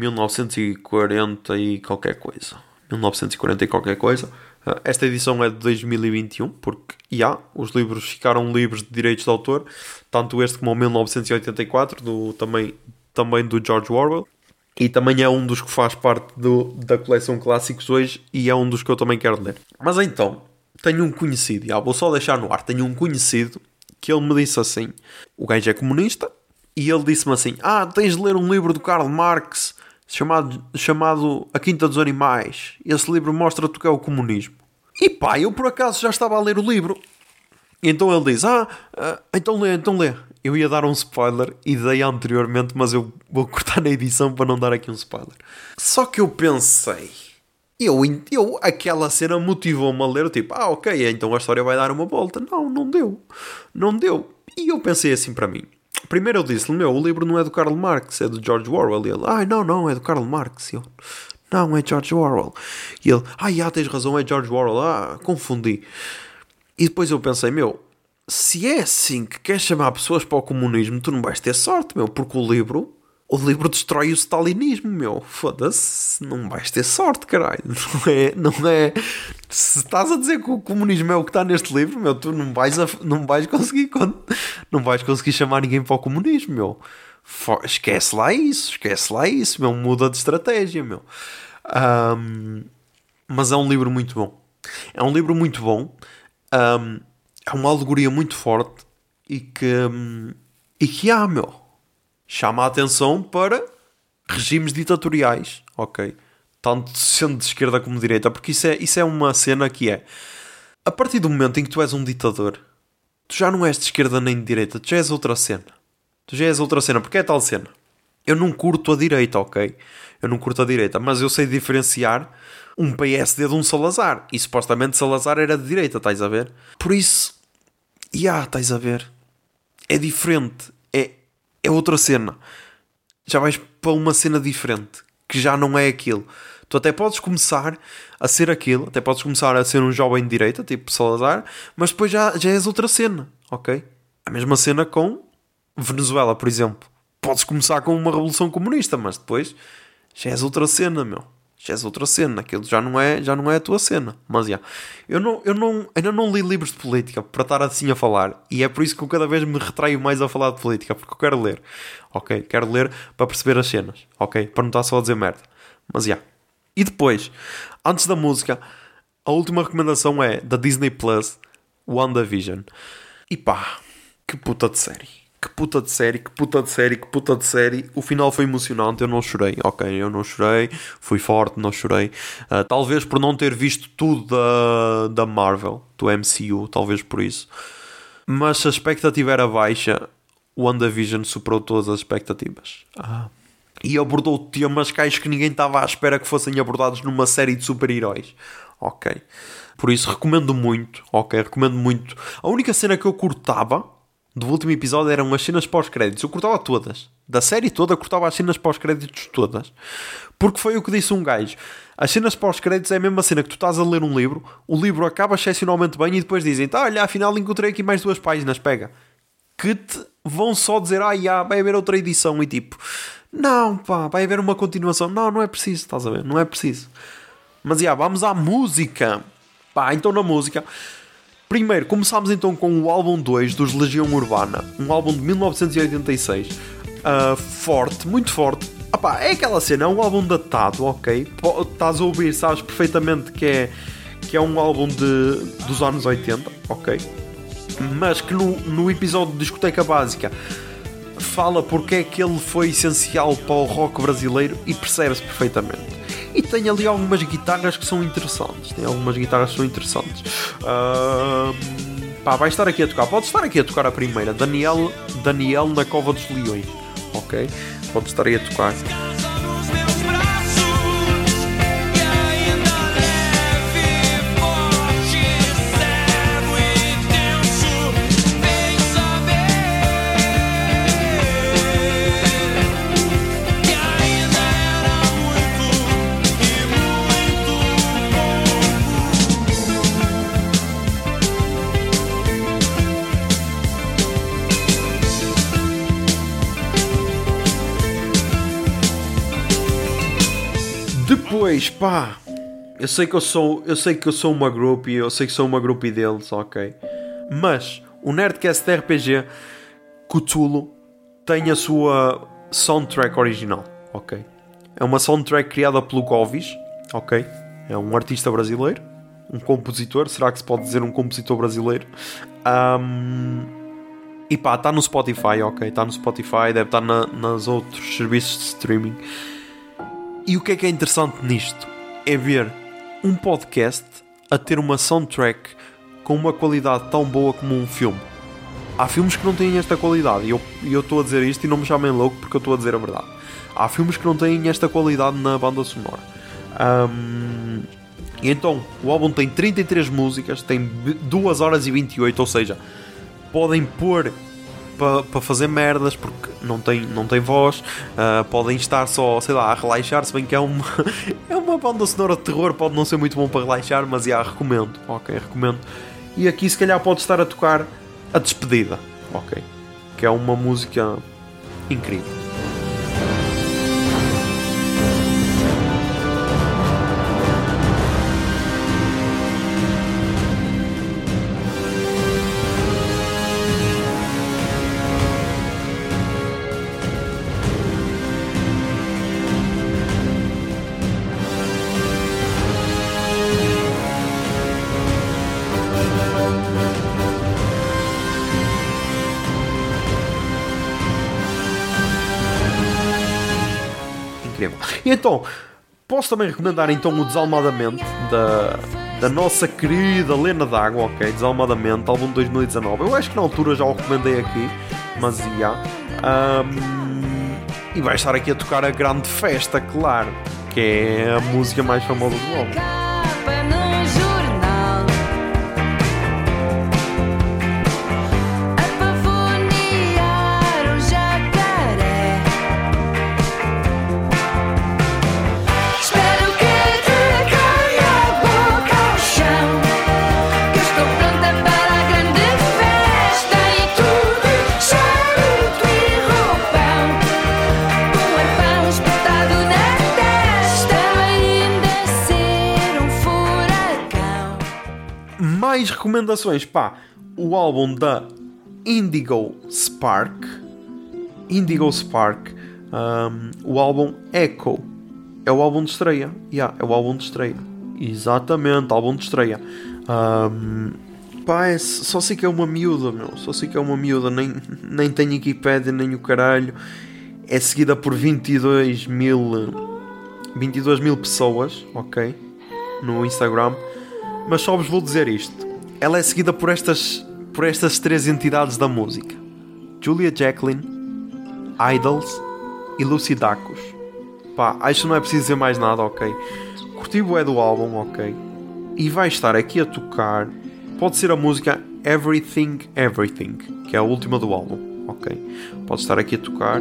1940 e qualquer coisa. 1940 e qualquer coisa. Esta edição é de 2021, porque os livros ficaram livres de direitos de autor, tanto este como o 1984, também do George Orwell. E também é um dos que faz parte da coleção Clássicos hoje e é um dos que eu também quero ler. Mas então, tenho um conhecido, vou só deixar no ar, tenho um conhecido que ele me disse assim, o gajo é comunista, e ele disse-me assim, tens de ler um livro do Karl Marx chamado A Quinta dos Animais. Esse livro mostra-te o que é o comunismo. E eu por acaso já estava a ler o livro. E então ele diz, então lê. Eu ia dar um spoiler e dei anteriormente, mas eu vou cortar na edição para não dar aqui um spoiler. Só que eu pensei, aquela cena motivou-me a ler, tipo, ok, então a história vai dar uma volta. Não deu. E eu pensei assim para mim. Primeiro eu disse-lhe, o livro não é do Karl Marx, é do George Orwell. E ele, não, é do Karl Marx. E eu, não, é George Orwell. E ele, tens razão, é George Orwell. Confundi. E depois eu pensei, se é assim que queres chamar pessoas para o comunismo, tu não vais ter sorte, porque o livro destrói o stalinismo, foda-se, não vais ter sorte, caralho. Não é. Se estás a dizer que o comunismo é o que está neste livro, tu não vais conseguir chamar ninguém para o comunismo, esquece lá isso, muda de estratégia, Mas é um livro muito bom. É uma alegoria muito forte e que chama a atenção para regimes ditatoriais, ok? Tanto sendo de esquerda como de direita, porque isso é uma cena que é, a partir do momento em que tu és um ditador, tu já não és de esquerda nem de direita, tu já és outra cena. Porque é tal cena. Eu não curto a direita, ok? Mas eu sei diferenciar um PSD de um Salazar. E supostamente Salazar era de direita, estás a ver? Por isso, estás a ver? É diferente. É outra cena. Já vais para uma cena diferente, que já não é aquilo. Tu até podes começar a ser aquilo, até podes começar a ser um jovem de direita, tipo Salazar, mas depois já és outra cena, ok? A mesma cena com Venezuela, por exemplo. Podes começar com uma revolução comunista, mas depois Já és outra cena, meu. Já és outra cena. Aquilo já não é a tua cena. Mas, já. Eu ainda não li livros de política para estar assim a falar. E é por isso que eu cada vez me retraio mais a falar de política. Porque eu quero ler. Ok? Quero ler para perceber as cenas. Ok? Para não estar só a dizer merda. Mas, já. E depois, antes da música, a última recomendação é da Disney Plus, WandaVision. E pá, que puta de série. Que puta de série, que puta de série, que puta de série. O final foi emocionante, eu não chorei. Ok, eu não chorei. Fui forte, não chorei. Talvez por não ter visto tudo da Marvel, do MCU, talvez por isso. Mas se a expectativa era baixa, o WandaVision superou todas as expectativas. E abordou temas que acho que ninguém estava à espera que fossem abordados numa série de super-heróis. Ok. Por isso recomendo muito. Ok, recomendo muito. A única cena que eu cortava do último episódio eram as cenas pós-créditos. Eu cortava todas. Da série toda, eu cortava as cenas pós-créditos todas. Porque foi o que disse um gajo. As cenas pós-créditos é a mesma cena que tu estás a ler um livro, o livro acaba excepcionalmente bem e depois dizem, olha, afinal encontrei aqui mais 2 páginas, pega. Que te vão só dizer, vai haver outra edição e tipo, não, pá, vai haver uma continuação. Não é preciso, estás a ver? Não é preciso. Mas, vamos à música. Pá, então na música... Primeiro, começámos então com o álbum 2 dos Legião Urbana. Um álbum de 1986. Forte, muito forte. É aquela cena, é um álbum datado, ok? Estás a ouvir, sabes perfeitamente que é um álbum dos anos 80, ok? Mas que no episódio de Discoteca Básica fala porque é que ele foi essencial para o rock brasileiro e percebe-se perfeitamente. E tem ali algumas guitarras que são interessantes. Vai estar aqui a tocar. Pode estar aqui a tocar a primeira. Daniel na Cova dos Leões. Ok? Pode estar aí a tocar. Depois, eu sei que eu sou uma groupie, eu sei que sou uma groupie deles, ok? Mas o Nerdcast de RPG Cthulhu tem a sua soundtrack original, ok? É uma soundtrack criada pelo Govis, ok? É um artista brasileiro, um compositor, será que se pode dizer um compositor brasileiro? E está no Spotify, ok? Está no Spotify, deve estar nos outros serviços de streaming. E o que é interessante nisto? É ver um podcast a ter uma soundtrack com uma qualidade tão boa como um filme. Há filmes que não têm esta qualidade. E eu estou a dizer isto e não me chamem louco porque eu estou a dizer a verdade. Há filmes que não têm esta qualidade na banda sonora. E então, o álbum tem 33 músicas, tem 2 horas e 28, ou seja, podem pôr para fazer merdas porque não tem voz, podem estar só, sei lá, a relaxar, se bem que é uma banda sonora de terror, pode não ser muito bom para relaxar, mas recomendo, ok, recomendo. E aqui se calhar pode estar a tocar a despedida, ok, que é uma música incrível. E então, posso também recomendar então o Desalmadamente da nossa querida Lena D'Água, ok? Desalmadamente, álbum de 2019. Eu acho que na altura já o recomendei aqui, mas e vai estar aqui a tocar a Grande Festa, claro, que é a música mais famosa do álbum. Espetado na terra. Mais recomendações, pá. O álbum da Indigo Spark. O álbum Echo. É o álbum de estreia. É o álbum de estreia. Exatamente, álbum de estreia. Pá, só sei que é uma miúda, meu. Só sei que é uma miúda. Nem tem Wikipedia, nem o caralho. É seguida por 22 mil pessoas, ok? No Instagram. Mas só vos vou dizer isto. Ela é seguida por estas 3 entidades da música: Julia Jacqueline, Idols e Lucy Dacus. Pá, acho que não é preciso dizer mais nada, ok? Curti bué do álbum, ok? E vai estar aqui a tocar, pode ser a música Everything Everything, que é a última do álbum, ok? Pode estar aqui a tocar.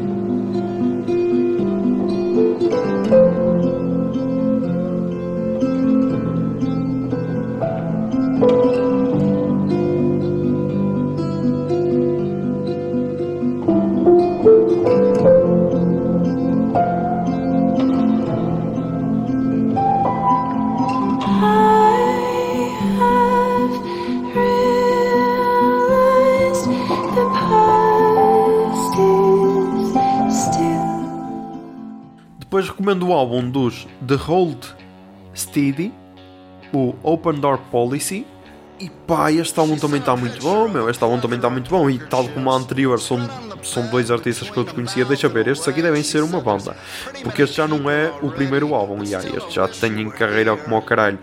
Depois recomendo o álbum dos The Hold Steady, o Open Door Policy. E pá, este álbum também está muito bom, meu. Este álbum também está muito bom. E tal como a anterior, são 2 artistas que eu desconhecia. Deixa ver, estes aqui devem ser uma banda, porque este já não é o primeiro álbum. Este já tem em carreira como ao caralho.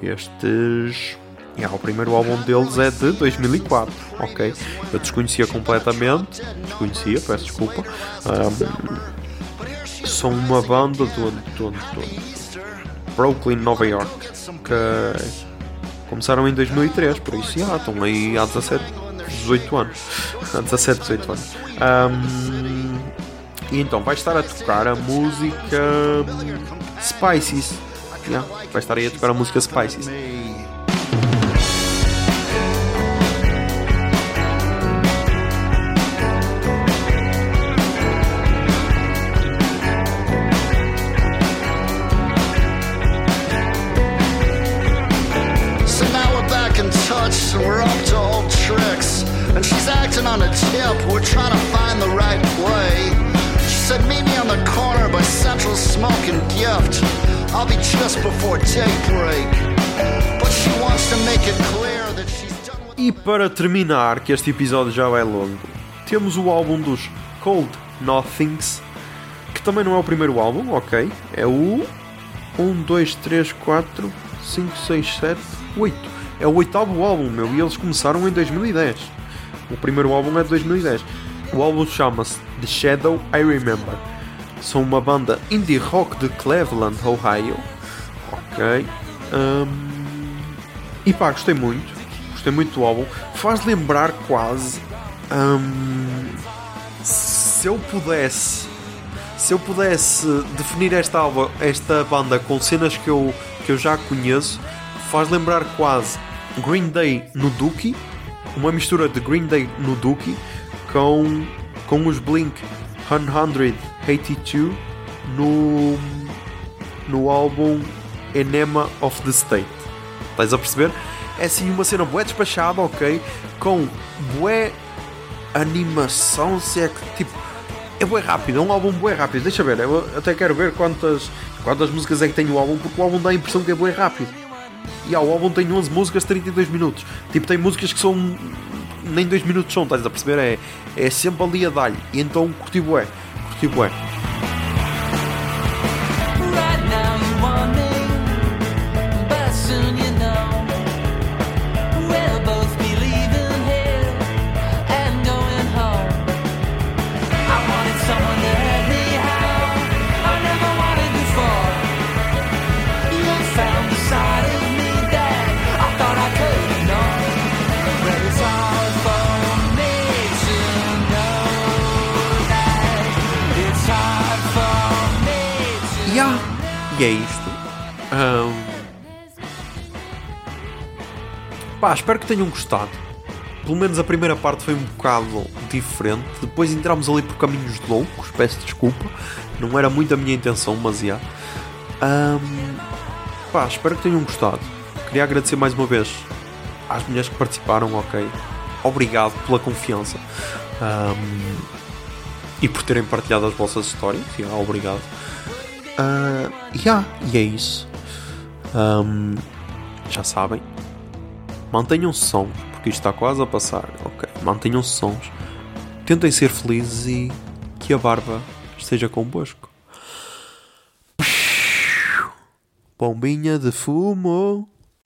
O primeiro álbum deles é de 2004, ok? Eu desconhecia completamente. Peço desculpa. São uma banda de Brooklyn, Nova York, que começaram em 2003, por isso estão aí há 18 anos. E então vai estar a tocar a música Spices. Vai estar aí a tocar a música Spices. And we're up to old tricks, and she's acting on a tip. We're trying to find the right play. She said meet me on the corner by Central Smoke and Gift. I'll be just before daybreak, but she wants to make it clear that she's done with... E para terminar, que este episódio já vai longo, temos o álbum dos Cold Nothings, que também não é o primeiro álbum, ok? É o 1, 2, 3, 4, 5, 6, 7, 8. É o 8º álbum, meu, e eles começaram em 2010. O primeiro álbum é de 2010. O álbum chama-se The Shadow I Remember. São uma banda indie rock de Cleveland, Ohio. Ok. E pá, gostei muito do álbum. Faz lembrar quase... Se eu pudesse definir esta banda com cenas que eu já conheço, faz lembrar quase Green Day no Dookie, uma mistura de Green Day no Dookie com os Blink 182 no álbum Enema of the State. Estás a perceber? É assim uma cena bué despachada, ok? Com bué animação, se é que tipo... É bué rápido, é um álbum bué rápido. Deixa ver, eu até quero ver quantas músicas é que tem o álbum, porque o álbum dá a impressão que é bué rápido. E o álbum tem 11 músicas, 32 minutos. Tipo, tem músicas que são... nem 2 minutos são, estás a perceber? É sempre ali a dar-lhe. E então curti bué. E é isto. Pá, espero que tenham gostado. Pelo menos a primeira parte foi um bocado diferente. Depois entramos ali por caminhos loucos. Peço desculpa. Não era muito a minha intenção, mas já. Pá, espero que tenham gostado. Queria agradecer mais uma vez às mulheres que participaram, ok, obrigado pela confiança e por terem partilhado as vossas histórias. Obrigado. E é isso. Já sabem, mantenham-se sons, porque isto está quase a passar, ok? Mantenham-se sons, tentem ser felizes e que a barba esteja convosco. Bombinha de fumo.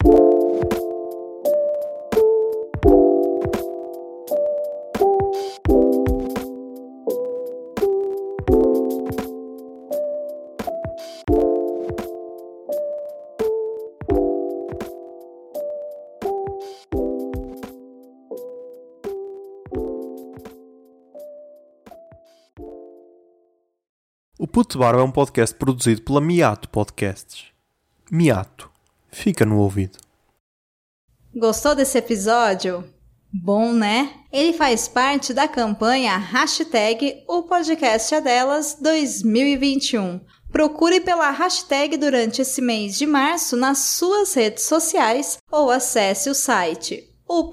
O Puto de Barba é um podcast produzido pela Miato Podcasts. Miato, fica no ouvido. Gostou desse episódio? Bom, né? Ele faz parte da campanha hashtag O Podcast é Delas 2021. Procure pela hashtag durante esse mês de março nas suas redes sociais ou acesse o site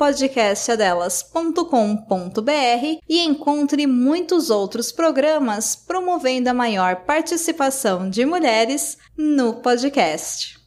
opodcastadelas.com.br e encontre muitos outros programas promovendo a maior participação de mulheres no podcast.